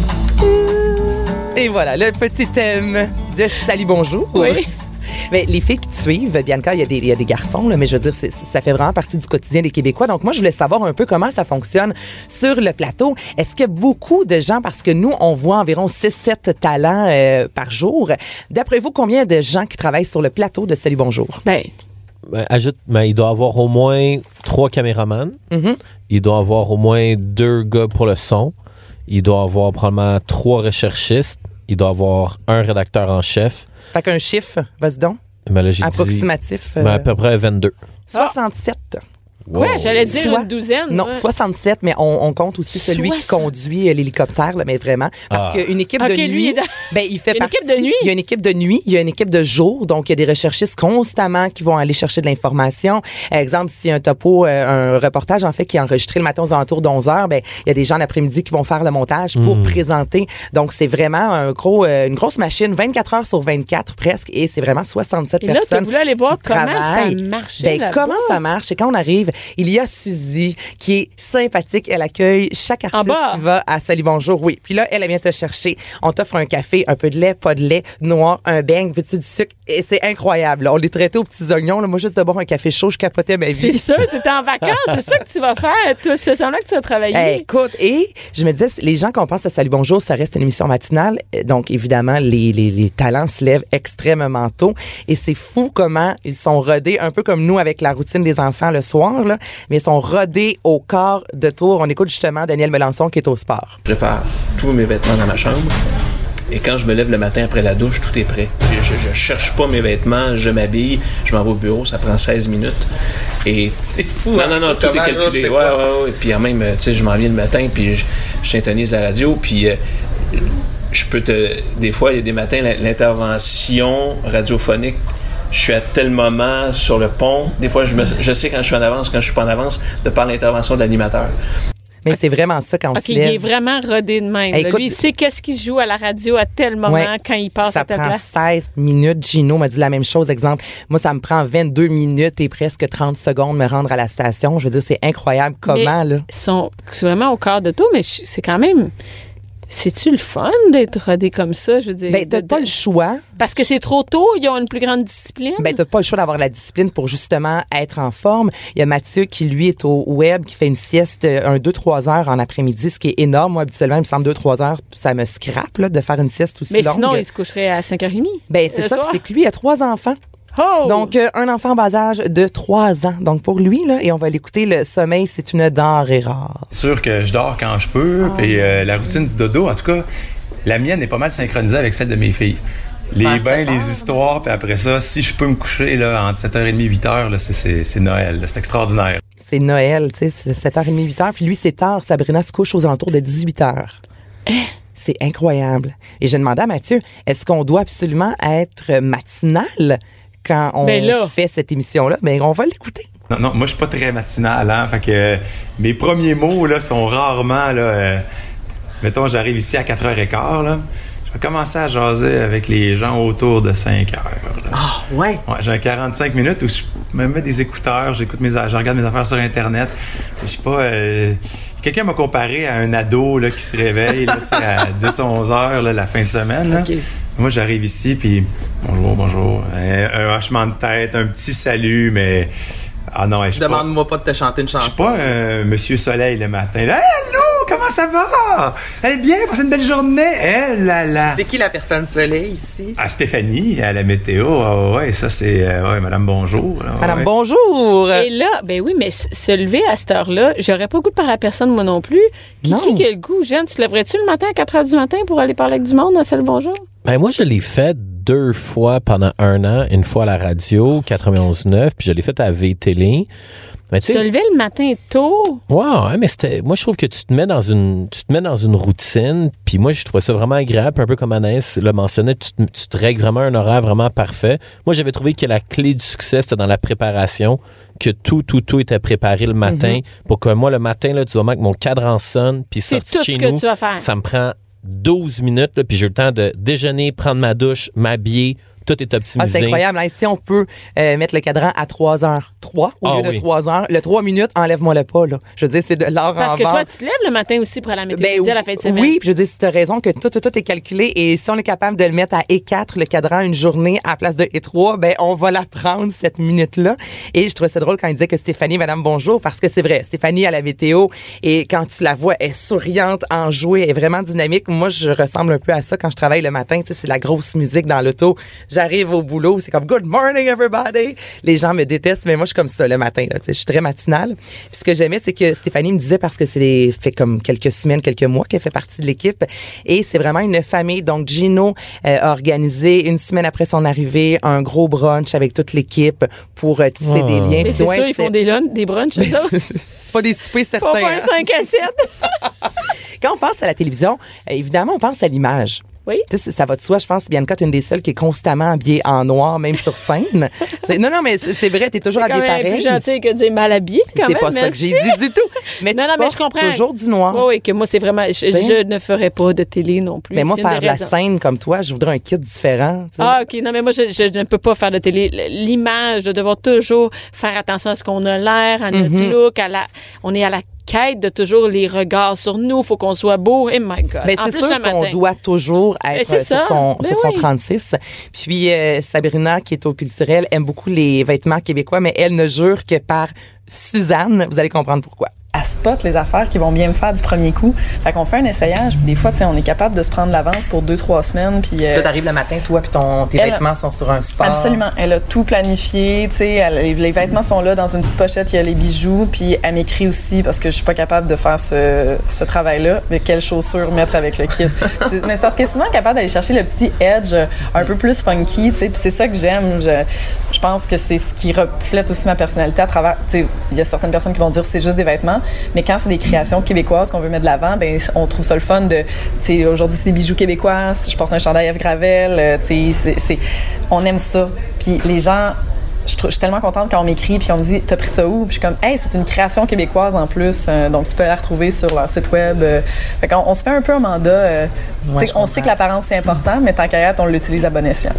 Et voilà, le petit thème de Salut Bonjour. Oui. Mais les filles qui te suivent, Bianca, il y a des, il y a des garçons, là, mais je veux dire, c'est- ça fait vraiment partie du quotidien des Québécois. Donc, moi, je voulais savoir un peu comment ça fonctionne sur le plateau. Est-ce qu'il y a beaucoup de gens, parce que nous, on voit environ six sept talents euh, par jour. D'après vous, combien de gens qui travaillent sur le plateau de Salut Bonjour? Ben, Ben, ajoute, mais il doit avoir au moins trois caméramans. Mhm. Il doit avoir au moins deux gars pour le son. Il doit avoir probablement trois recherchistes. Il doit avoir un rédacteur en chef. Fait qu'un chiffre, vas-y donc, Mais là, j'ai dit, approximatif. euh, mais à peu près vingt-deux. soixante-sept. quoi, j'allais dire Soit- une douzaine. Non, ouais. soixante-sept, mais on, on compte aussi celui qui soixante. conduit euh, l'hélicoptère, là, mais vraiment. Parce Ah. qu'une équipe Ok, de lui, nuit. il est dans- Ben, il fait Il y a une partie. équipe de nuit? Il y a une équipe de nuit, il y a une équipe de jour. Donc, il y a des recherchistes constamment qui vont aller chercher de l'information. Exemple, s'il y a un topo, euh, un reportage, en fait, qui est enregistré le matin aux alentours d'onze heures, ben, il y a des gens l'après-midi qui vont faire le montage pour présenter. Donc, c'est vraiment un gros, euh, une grosse machine, vingt-quatre heures sur vingt-quatre presque, et c'est vraiment soixante-sept Et là, personnes. t'as voulu aller voir qui comment travaillent. ça marchait Ben, là-bas. comment ça marche? Et quand on arrive, il y a Suzy qui est sympathique. Elle accueille chaque artiste bas. qui va à Salut Bonjour. Oui. Puis là, elle, elle vient te chercher. On t'offre un café, un peu de lait, pas de lait, noir, un beigne, veux-tu du sucre? Et c'est incroyable. là. On les traitait aux petits oignons. Là. Moi, juste de boire un café chaud, je capotais ma C'est vie. ça, t'es en vacances, c'est ça que tu vas faire. Toi, c'est semblant que tu vas travailler. Eh, écoute, et je me disais, les gens qu'on pense à Salut Bonjour, ça reste une émission matinale. Euh, Donc, évidemment, les, les, les talents se lèvent extrêmement tôt. Et c'est fou comment ils sont rodés, un peu comme nous avec la routine des enfants le soir, là, mais ils sont rodés au quart de tour. On écoute justement Daniel Melançon qui est au sport. Je prépare tous mes vêtements dans ma chambre. Et quand je me lève le matin après la douche, tout est prêt. Je, je, je cherche pas mes vêtements, je m'habille, je m'en vais au bureau, ça prend seize minutes. Et c'est fou. Non, non, non, tout est calculé. Ouais, ouais, ouais. Puis en même, tu sais, je m'en viens le matin, puis je, je syntonise la radio, puis euh, je peux te. Des fois, il y a des matins, l'intervention radiophonique. Je suis à tel moment sur le pont. Des fois, je, me, je sais quand je suis en avance, quand je suis pas en avance, de par l'intervention de l'animateur. Mais c'est vraiment ça quand on OK, se il lève. est vraiment rodé de même. Hey, là. écoute- Lui, il sait qu'est-ce qui se joue à la radio à tel moment Ouais. quand il passe Ça à ta prend place. seize minutes. Gino m'a dit la même chose. Exemple, moi, ça me prend vingt-deux minutes et presque trente secondes me rendre à la station. Je veux dire, c'est incroyable comment, là. Ils sont c'est vraiment au quart de tout, mais je- c'est quand même... C'est-tu le fun d'être rodé comme ça, je veux dire? Ben, t'as de- pas de- le choix. Parce que c'est trop tôt, ils ont une plus grande discipline. Ben, t'as pas le choix d'avoir la discipline pour justement être en forme. Il y a Mathieu qui, lui, est au web, qui fait une sieste, euh, un deux trois heures en après-midi, ce qui est énorme. Moi, habituellement, il me semble deux trois heures, ça me scrape, là, de faire une sieste aussi mais longue. sinon, il se coucherait à cinq heures trente. Ben, c'est le ça. soir. C'est que lui, il a trois enfants. Oh! Donc, euh, un enfant en bas âge de trois ans. Donc, pour lui, là, et on va l'écouter, le sommeil, c'est une denrée rare. C'est sûr que je dors quand je peux, oh. puis euh, la routine du dodo, en tout cas, la mienne est pas mal synchronisée avec celle de mes filles. Les Ah, bains, c'est les bon. histoires, puis après ça, si je peux me coucher là, entre sept heures trente et huit heures, là, c'est, c'est, c'est Noël. Là, c'est extraordinaire. C'est Noël, tu sais, c'est sept heures trente, huit heures. Puis lui, c'est tard. Sabrina se couche aux alentours de dix-huit heures. C'est incroyable. Et j'ai demandé à Mathieu, est-ce qu'on doit absolument être matinal quand on Ben là. fait cette émission-là? Ben, on va l'écouter. Non, non, moi, je suis pas très matinal, hein. Fait que euh, mes premiers mots, là, sont rarement, là, euh, mettons, j'arrive ici à quatre heures quinze, là. Je vais commencer à jaser avec les gens autour de cinq heures. Ah, ouais. Ouais, j'ai un quarante-cinq minutes où je me mets des écouteurs, j'écoute mes, je regarde mes affaires sur Internet. Je sais pas, euh, quelqu'un m'a comparé à un ado là, qui se réveille là, à dix onze heures là, la fin de semaine. Là. Okay. Moi, j'arrive ici, puis bonjour, bonjour. Un, un hochement de tête, un petit salut, mais... Ah non, je suis pas... Demande-moi pas de te chanter une chanson. Je suis pas un Monsieur Soleil le matin. Là, hello, comment ça va? Elle est bien, passez une belle journée. Eh là là. C'est qui la personne soleil ici? Ah, Stéphanie, à la météo. Ah ouais, ça c'est... Euh, ouais, Madame Bonjour. Ah, Madame ouais. Bonjour! Et là, ben oui, mais se lever à cette heure-là, j'aurais pas le goût de parler à personne, moi non plus. Qui, Non. qui, qui a le goût? Jeanne, tu te lèverais-tu le matin à quatre heures du matin pour aller parler avec du monde à Salut Bonjour? Ben moi, je l'ai fait deux fois pendant un an. Une fois à la radio, quatre-vingt-onze neuf, puis je l'ai fait à V-Télé. Mais tu Tu te sais, levais le matin tôt? wow, mais c'était, moi je trouve que tu te mets dans une, tu te mets dans une routine, puis moi je trouvais ça vraiment agréable, un peu comme Anaïs le mentionnait, tu, te- tu te règles vraiment un horaire vraiment parfait. Moi j'avais trouvé que la clé du succès c'était dans la préparation, que tout, tout, tout était préparé le matin, pour que moi le matin là, tu vas que mon cadran sonne, puis C'est sortir tout de chez ce que nous, tu vas faire. ça me prend douze minutes, là, puis j'ai le temps de déjeuner, prendre ma douche, m'habiller. Tout est Ah, optimisé. c'est incroyable. Hein, si on peut euh, mettre le cadran à trois heures trois au Ah lieu de oui. trois heures, le trois minutes, enlève-moi le pas. Là. Je veux dire, c'est de l'or en Parce que barre. toi, tu te lèves le matin aussi pour aller à la météo Ben, à la fin de semaine. oui, puis je veux dire, si tu as raison que tout, tout, tout est calculé et si on est capable de le mettre à E quatre, le cadran, une journée à la place de E trois, ben on va la prendre, cette minute-là. Et je trouvais ça drôle quand il disait que Stéphanie, Madame Bonjour, parce que c'est vrai, Stéphanie à la météo, et quand tu la vois, elle est souriante, enjouée, elle est vraiment dynamique. Moi, je ressemble un peu à ça quand je travaille le matin. Tu sais, c'est la grosse musique dans l'auto. J'arrive au boulot, c'est comme « Good morning, everybody ». Les gens me détestent, mais moi, je suis comme ça le matin. Là, tu sais, je suis très matinale. Puis ce que j'aimais, c'est que Stéphanie me disait, parce que c'est fait comme quelques semaines, quelques mois qu'elle fait partie de l'équipe, et c'est vraiment une famille. Donc, Gino euh, a organisé, une semaine après son arrivée, un gros brunch avec toute l'équipe pour euh, tisser Oh. des liens. Mais Puis c'est ouais, sûr, ils font des, lunch, des brunchs, c'est ça? c'est pas des soupers Pas certains. pas un hein. cinq à sept. Quand on pense à la télévision, euh, évidemment, on pense à l'image. Oui. Tu sais, ça va de soi, je pense. Bianca, t'es une des seules qui est constamment habillée en noir, même sur scène. C'est- non, non, mais c'est c'est vrai, t'es toujours C'est quand habillée même pareil. plus gentil que de dire mal habillé, quand C'est même. pas ça que merci. j'ai dit du tout. Mais Non, tu non, mais portes je comprends. toujours du noir. Oui, oui, que moi, c'est vraiment... Je, sais? je ne ferais pas de télé non plus. Mais moi, C'est une faire des la raisons. scène comme toi, je voudrais un kit différent. tu sais. Ah, OK. Non, mais moi, je, je ne peux pas faire de télé. L'image, de devoir toujours faire attention à ce qu'on a l'air, à notre Mm-hmm. look, à la... On est à la quête de toujours les regards sur nous. Faut qu'on soit beau. Oh my God. Ben, En c'est plus, sûr le qu'on matin. doit toujours être c'est euh, sur ça. son, Ben sur son oui. trente-six. Puis euh, Sabrina, qui est au culturel, aime beaucoup les vêtements québécois, mais elle ne jure que par Suzanne. Vous allez comprendre pourquoi. Elle spot les affaires qui vont bien me faire du premier coup. Fait qu'on fait un essayage, puis des fois, tu sais, on est capable de se prendre l'avance pour deux, trois semaines, puis... euh, Là, t'arrives le matin, toi, puis ton, tes Elle- vêtements sont sur un support. Absolument. Elle a tout planifié, tu sais, elle- les, les vêtements sont là dans une petite pochette, il y a les bijoux, puis elle m'écrit aussi parce que je suis pas capable de faire ce, ce travail-là, mais quelles chaussures mettre avec le kit. C'est- mais c'est parce qu'elle est souvent capable d'aller chercher le petit edge euh, un peu plus funky, tu sais, puis c'est ça que j'aime. Je, je pense que c'est ce qui reflète aussi ma personnalité à travers, tu sais, il y a certaines personnes qui vont dire c'est juste des vêtements, mais quand c'est des créations québécoises qu'on veut mettre de l'avant, ben on trouve ça le fun de, tu sais, aujourd'hui c'est des bijoux québécois, je porte un chandail F. Gravel, euh, tu sais, c'est, c'est, on aime ça. Puis les gens, je, trou- je suis tellement contente quand on m'écrit puis on me dit t'as pris ça où? Puis je suis comme hey, c'est une création québécoise en plus, euh, donc tu peux la retrouver sur leur site web. Euh, fait qu'on on se fait un peu un mandat. Euh, Ouais, tu sais, je on comprends. sait que l'apparence c'est important, mais tant qu'à y être, on l'utilise à bon escient.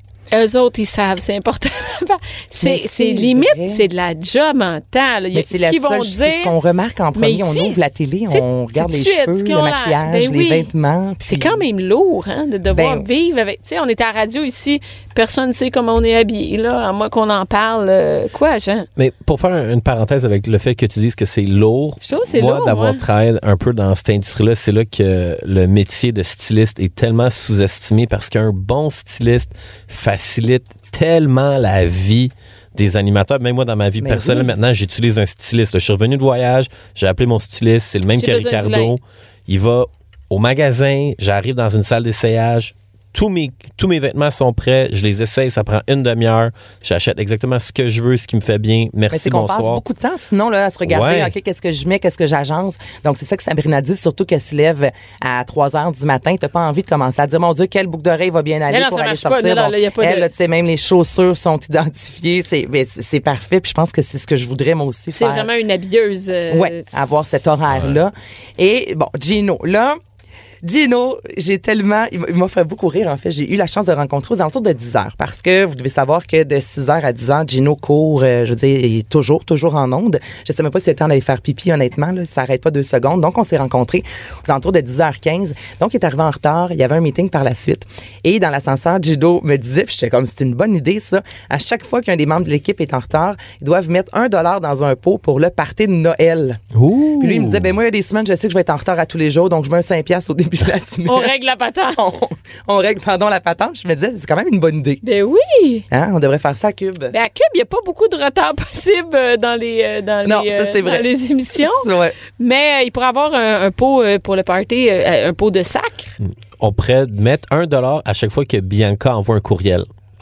Eux autres, ils savent, c'est important. c'est, Mais c'est c'est limite, vrai. c'est de la job mentale. Il y a Mais c'est ce la qu'ils vont seule, c'est dire. ce qu'on remarque en premier. Mais On ici, ouvre la télé, tu sais, on regarde tout les de suite, cheveux, ce qu'ils le ont l'air. maquillage, Ben les oui. vêtements. C'est puis- quand même lourd, hein, de devoir Ben- vivre avec. Tu sais, on est à la radio ici, personne ne sait comment on est habillé, là, à moins qu'on en parle. euh, quoi, Jean? Mais pour faire une parenthèse avec le fait que tu dises que c'est lourd, Je trouve que c'est moi, lourd, d'avoir ouais. travaillé un peu dans cette industrie-là, c'est là que le métier de styliste est tellement sous-estimé parce qu'un bon styliste facilite tellement la vie des animateurs. Même moi, dans ma vie Mais personnelle, oui. maintenant, j'utilise un styliste. Je suis revenu de voyage, j'ai appelé mon styliste, c'est le même J'ai que besoin du Ricardo. linge. Il va au magasin, j'arrive dans une salle d'essayage, tous mes, tous mes vêtements sont prêts, je les essaye, ça prend une demi-heure, j'achète exactement ce que je veux, ce qui me fait bien. Mais Merci, c'est qu'on passe bonsoir. beaucoup de temps, sinon, là, à se regarder, Ouais. OK, qu'est-ce que je mets, qu'est-ce que j'agence. Donc, c'est ça que Sabrina dit, surtout qu'elle se lève à trois heures du matin. T'as pas envie de commencer à dire, mon Dieu, quelle boucle d'oreille va bien aller non, pour ça aller marche pas. sortir. Non, non, Bon, là, y a pas de- elle, là, tu sais, même les chaussures sont identifiées. C'est, mais c'est c'est parfait. Puis je pense que c'est ce que je voudrais, moi aussi, C'est faire. vraiment une habilleuse. euh, Ouais, avoir cet horaire-là. Et bon, Gino, là, Gino, j'ai tellement... Il m'a- il m'a fait beaucoup rire, en fait. J'ai eu la chance de le rencontrer aux alentours de dix heures parce que vous devez savoir que de six heures à dix heures, Gino court, euh, je veux dire, il est toujours, toujours en onde. Je sais même pas s'il a le temps d'aller faire pipi, honnêtement. Là, ça n'arrête pas deux secondes. Donc, on s'est rencontrés aux alentours de dix heures quinze. Donc, il est arrivé en retard. Il y avait un meeting par la suite. Et dans l'ascenseur, Gino me disait, puis j'étais comme, c'est une bonne idée, ça. À chaque fois qu'un des membres de l'équipe est en retard, ils doivent mettre un dollar dans un pot pour le party de Noël. Ouh. Puis lui, il me disait, ben moi, il y a des semaines, je sais que je vais être en retard à tous les jours, donc je mets un cinq piastres au début de la semaine. On règle la patente. on, on règle, pardon, la patente. Je me disais, c'est quand même une bonne idée. Ben oui. Hein? On devrait faire ça à Cube. Ben à Cube, il n'y a pas beaucoup de retard possible euh, dans les, euh, dans Non, les, ça, c'est euh, vrai. dans les émissions. Ouais. Mais euh, il pourrait avoir un, un pot euh, pour le party, euh, un pot de sacre. On pourrait mettre un dollar à chaque fois que Bianca envoie un courriel.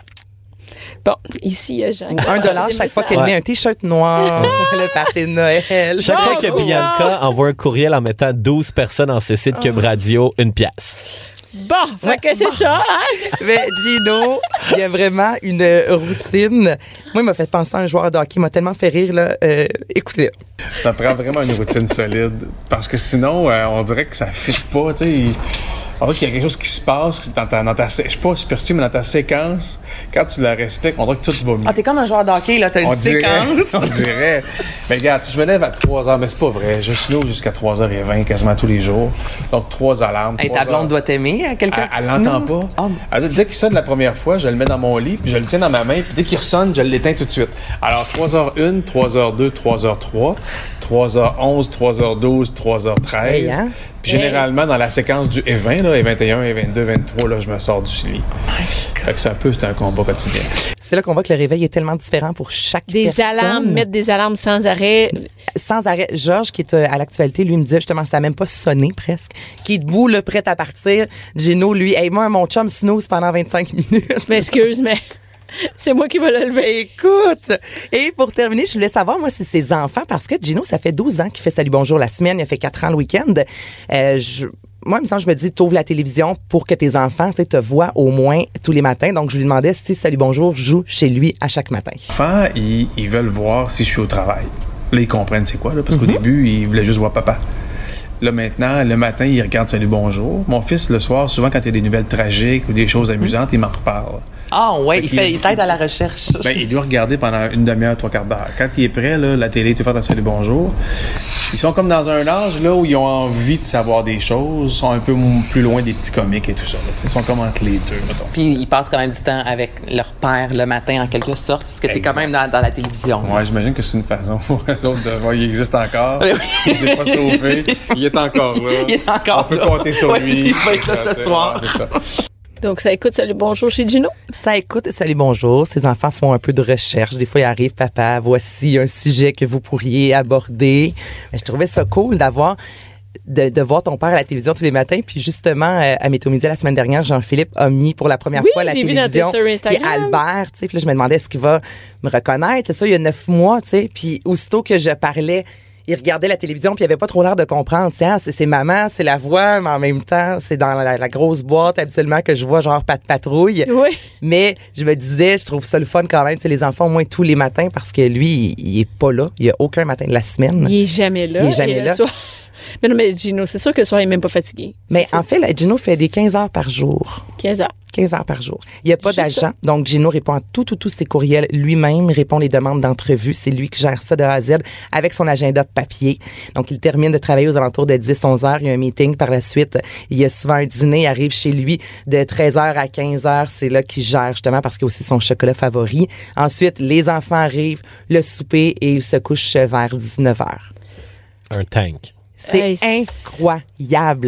Bon, ici, il y a Jean. Un dollar chaque fois qu'elle Ouais. met un t-shirt noir, le party de Noël. Chaque fois que Bravo! Bianca envoie un courriel en mettant douze personnes en C C de Cube Radio, une pièce. Bon, fait Ouais, que c'est bon. ça, hein? Mais Gino, il y a vraiment une routine. Moi, il m'a fait penser à un joueur de hockey. Il m'a tellement fait rire, là. Euh, écoutez. Ça prend vraiment une routine solide. Parce que sinon, euh, on dirait que ça ne fit pas. Tu sais, il- on dirait qu'il y a quelque chose qui se passe dans ta, dans ta, sé- je sais pas superstitieux, mais dans ta séquence. Quand tu la respectes, on dirait que tout va mieux. Ah, t'es comme un joueur de hockey, là. T'as une on dirait, séquence. on dirait. Mais regarde, si je me lève à trois heures, mais c'est pas vrai. Je snooze jusqu'à trois heures vingt quasiment tous les jours. Donc, trois alarmes. Hey, trois ta blonde heures. doit t'aimer, hein, quelqu'un Elle, qui elle l'entend snooze. pas. Oh, Elle dit, dès qu'il sonne la première fois, je le mets dans mon lit, puis je le tiens dans ma main, puis dès qu'il ressonne, je l'éteins tout de suite. Alors, trois heures un, trois heures deux, trois heures trois, trois heures onze, trois heures douze, trois heures treize. Hey, hein? Puis généralement, dans la séquence du E vingt, là, E vingt et un, E vingt-deux, vingt-trois, là, je me sors du lit. Fait que c'est un peu, c'est un combat quotidien. C'est là qu'on voit que le réveil est tellement différent pour chaque Des personne. alarmes, mettre des alarmes sans arrêt. Sans arrêt. Georges, qui est euh, à l'actualité, lui me disait justement, ça n'a même pas sonné presque, qui est debout, là, prêt à partir. Gino, lui, hey, moi, mon chum snooze pendant vingt-cinq minutes. Je m'excuse, mais c'est moi qui vais le lever. Écoute! Et pour terminer, je voulais savoir, moi, si ses enfants, parce que Gino, ça fait douze ans qu'il fait Salut Bonjour la semaine, il a fait quatre ans le week-end. Euh, je, moi, il me semble, je me dis, t'ouvres la télévision pour que tes enfants tu sais, te voient au moins tous les matins. Donc, je lui demandais si Salut Bonjour joue chez lui à chaque matin. Les enfants, ils, ils veulent voir si je suis au travail. Là, ils comprennent c'est quoi, là, parce qu'au début, ils voulaient juste voir papa. Là, maintenant, le matin, ils regardent Salut Bonjour. Mon fils, le soir, souvent, quand il y a des nouvelles tragiques ou des choses amusantes, il m'en reparle. Ah, ouais, il, Fait fait, qu'il- il t'aide à la recherche. Ben, il doit regarder pendant une demi-heure, trois quarts d'heure. Quand il est prêt, là, la télé, tout fait à Salut Bonjour. Ils sont comme dans un âge là où ils ont envie de savoir des choses, sont un peu m- plus loin des petits comiques et tout ça. Là. Ils sont comme entre les deux, mettons. Puis ils passent quand même du temps avec leur père le matin, en quelque sorte, parce que t'es Exact. quand même dans, dans la télévision. Ouais, j'imagine que c'est une façon pour eux autres de voir, il existe encore. Oui. Il s'est pas sauvé. Il est encore là. Il est encore On peut là. compter sur Ouais, lui. il va être là ce C'est- soir. ouais, c'est ça. Donc, ça écoute Salut Bonjour chez Gino. Ça écoute Salut Bonjour. Ces enfants font un peu de recherche. Des fois, ils arrivent, papa, voici un sujet que vous pourriez aborder. Mais je trouvais ça cool d'avoir de, de voir ton père à la télévision tous les matins. Puis justement, euh, à Météo Midi la semaine dernière, Jean-Philippe a mis pour la première Oui, fois la j'ai vu dans tes télévision. stories Puis Instagram. Albert, tu sais, puis là, je me demandais est-ce qu'il va me reconnaître. C'est ça, il y a neuf mois, tu sais. Puis aussitôt que je parlais, il regardait la télévision puis il avait pas trop l'air de comprendre. Tu sais, ah, c'est, c'est maman, c'est la voix, mais en même temps, c'est dans la, la grosse boîte habituellement que je vois genre Pat Patrouille. Oui. Mais je me disais, je trouve ça le fun quand même, tu sais, les enfants au moins tous les matins parce que lui, il, il est pas là. Il y a aucun matin de la semaine. Il est jamais là. Il est jamais Et le là. soir- Mais non, mais Gino, c'est sûr que le soir, il est même pas fatigué. Mais C'est sûr. en fait, là, Gino fait des quinze heures par jour. quinze heures. quinze heures par jour. Il n'y a pas Juste d'agent. ça. Donc, Gino répond à tout, tout, tous ses courriels lui-même, répond les demandes d'entrevue. C'est lui qui gère ça de A à Z avec son agenda de papier. Donc, il termine de travailler aux alentours de dix, onze heures. Il y a un meeting par la suite. Il y a souvent un dîner. Il arrive chez lui de treize heures à quinze heures. C'est là qu'il gère justement parce qu'il a aussi son chocolat favori. Ensuite, les enfants arrivent, le souper et il se couche vers dix-neuf heures. Un tank. C'est Hey, c'est- incroyable. Tu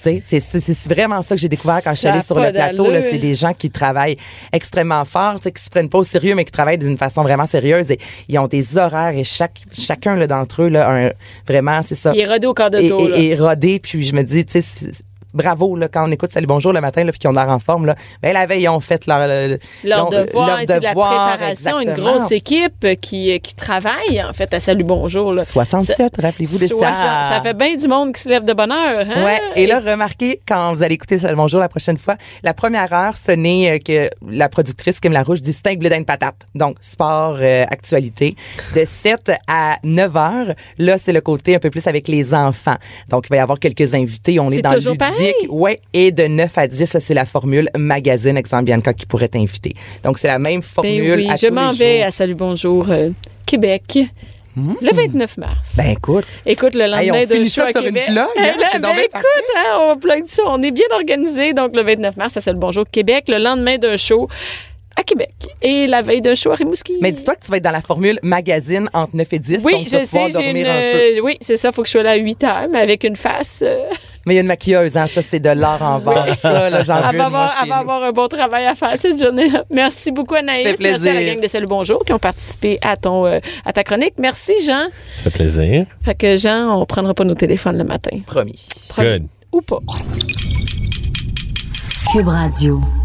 sais, c'est, c'est, c'est vraiment ça que j'ai découvert quand je suis Ça allée a sur pas le plateau. Là, d'allure. c'est des gens qui travaillent extrêmement fort, tu sais, qui se prennent pas au sérieux, mais qui travaillent d'une façon vraiment sérieuse. Et ils ont des horaires et chaque, chacun là, d'entre eux, là, un, vraiment, c'est ça. Il est rodé au corps de Et, dos. là. et, et rodé, puis je me dis, tu sais, c'est- bravo, là, quand on écoute Salut Bonjour le matin, là, puis qu'ils ont l'air en forme, là, ben, la veille, ils ont fait leur, le- Leur leur- devoir, leur c'est de la devoir, préparation, une exactement. grosse équipe qui, qui travaille, en fait, à Salut Bonjour. Là. soixante-sept, rappelez-vous de Soixante- ça. Ça fait bien du monde qui se lève de bonne heure. Hein? Ouais. Et là, remarquez, quand vous allez écouter Salut Bonjour la prochaine fois, la première heure, ce n'est euh, que la productrice Kim Larouche distingue blé d'Inde patate. Donc, sport, euh, actualité. De sept à neuf heures, là, c'est le côté un peu plus avec les enfants. Donc, il va y avoir quelques invités. On est, C'est dans le toujours ludique. pareil? Ouais. Et de neuf à dix, ça, c'est la formule magazine, exemple Bianca, qui pourrait t'inviter. Donc, c'est la même Ben formule oui, à je tous m'en les vais jours. à Salut Bonjour euh, Québec. Le vingt-neuf mars. Ben, écoute. Écoute, le lendemain Hey, on d'un finit show ça à sur une Québec. plug, hein? Eh, C'est ben, donc bien écoute, hein, on plug ça. On est bien organisé. Donc, le vingt-neuf mars, ça c'est le Bonjour Québec. Le lendemain d'un show à Québec. Et la veille d'un show à Rimouski. Mais dis-toi que tu vas être dans la formule magazine entre neuf et dix. Oui, donc tu vas je pouvoir sais, j'ai une. dormir un peu. euh, oui, c'est ça, faut que je sois là à huit heures, mais avec une face. euh, Mais il y a une maquilleuse, hein, ça, c'est de l'art en verre. Ça, là, j'en Elle veux va une, moi, avoir, chez elle va nous. avoir un bon travail à faire cette journée-là. Merci beaucoup, Anaïs. Ça fait Merci à la plaisir. gang de Salut Bonjour qui ont participé à, ton, euh, à ta chronique. Merci, Jean. Ça fait plaisir. Fait que, Jean, on prendra pas nos téléphones le matin. Promis. Promis. Good. Ou pas. Cube Radio.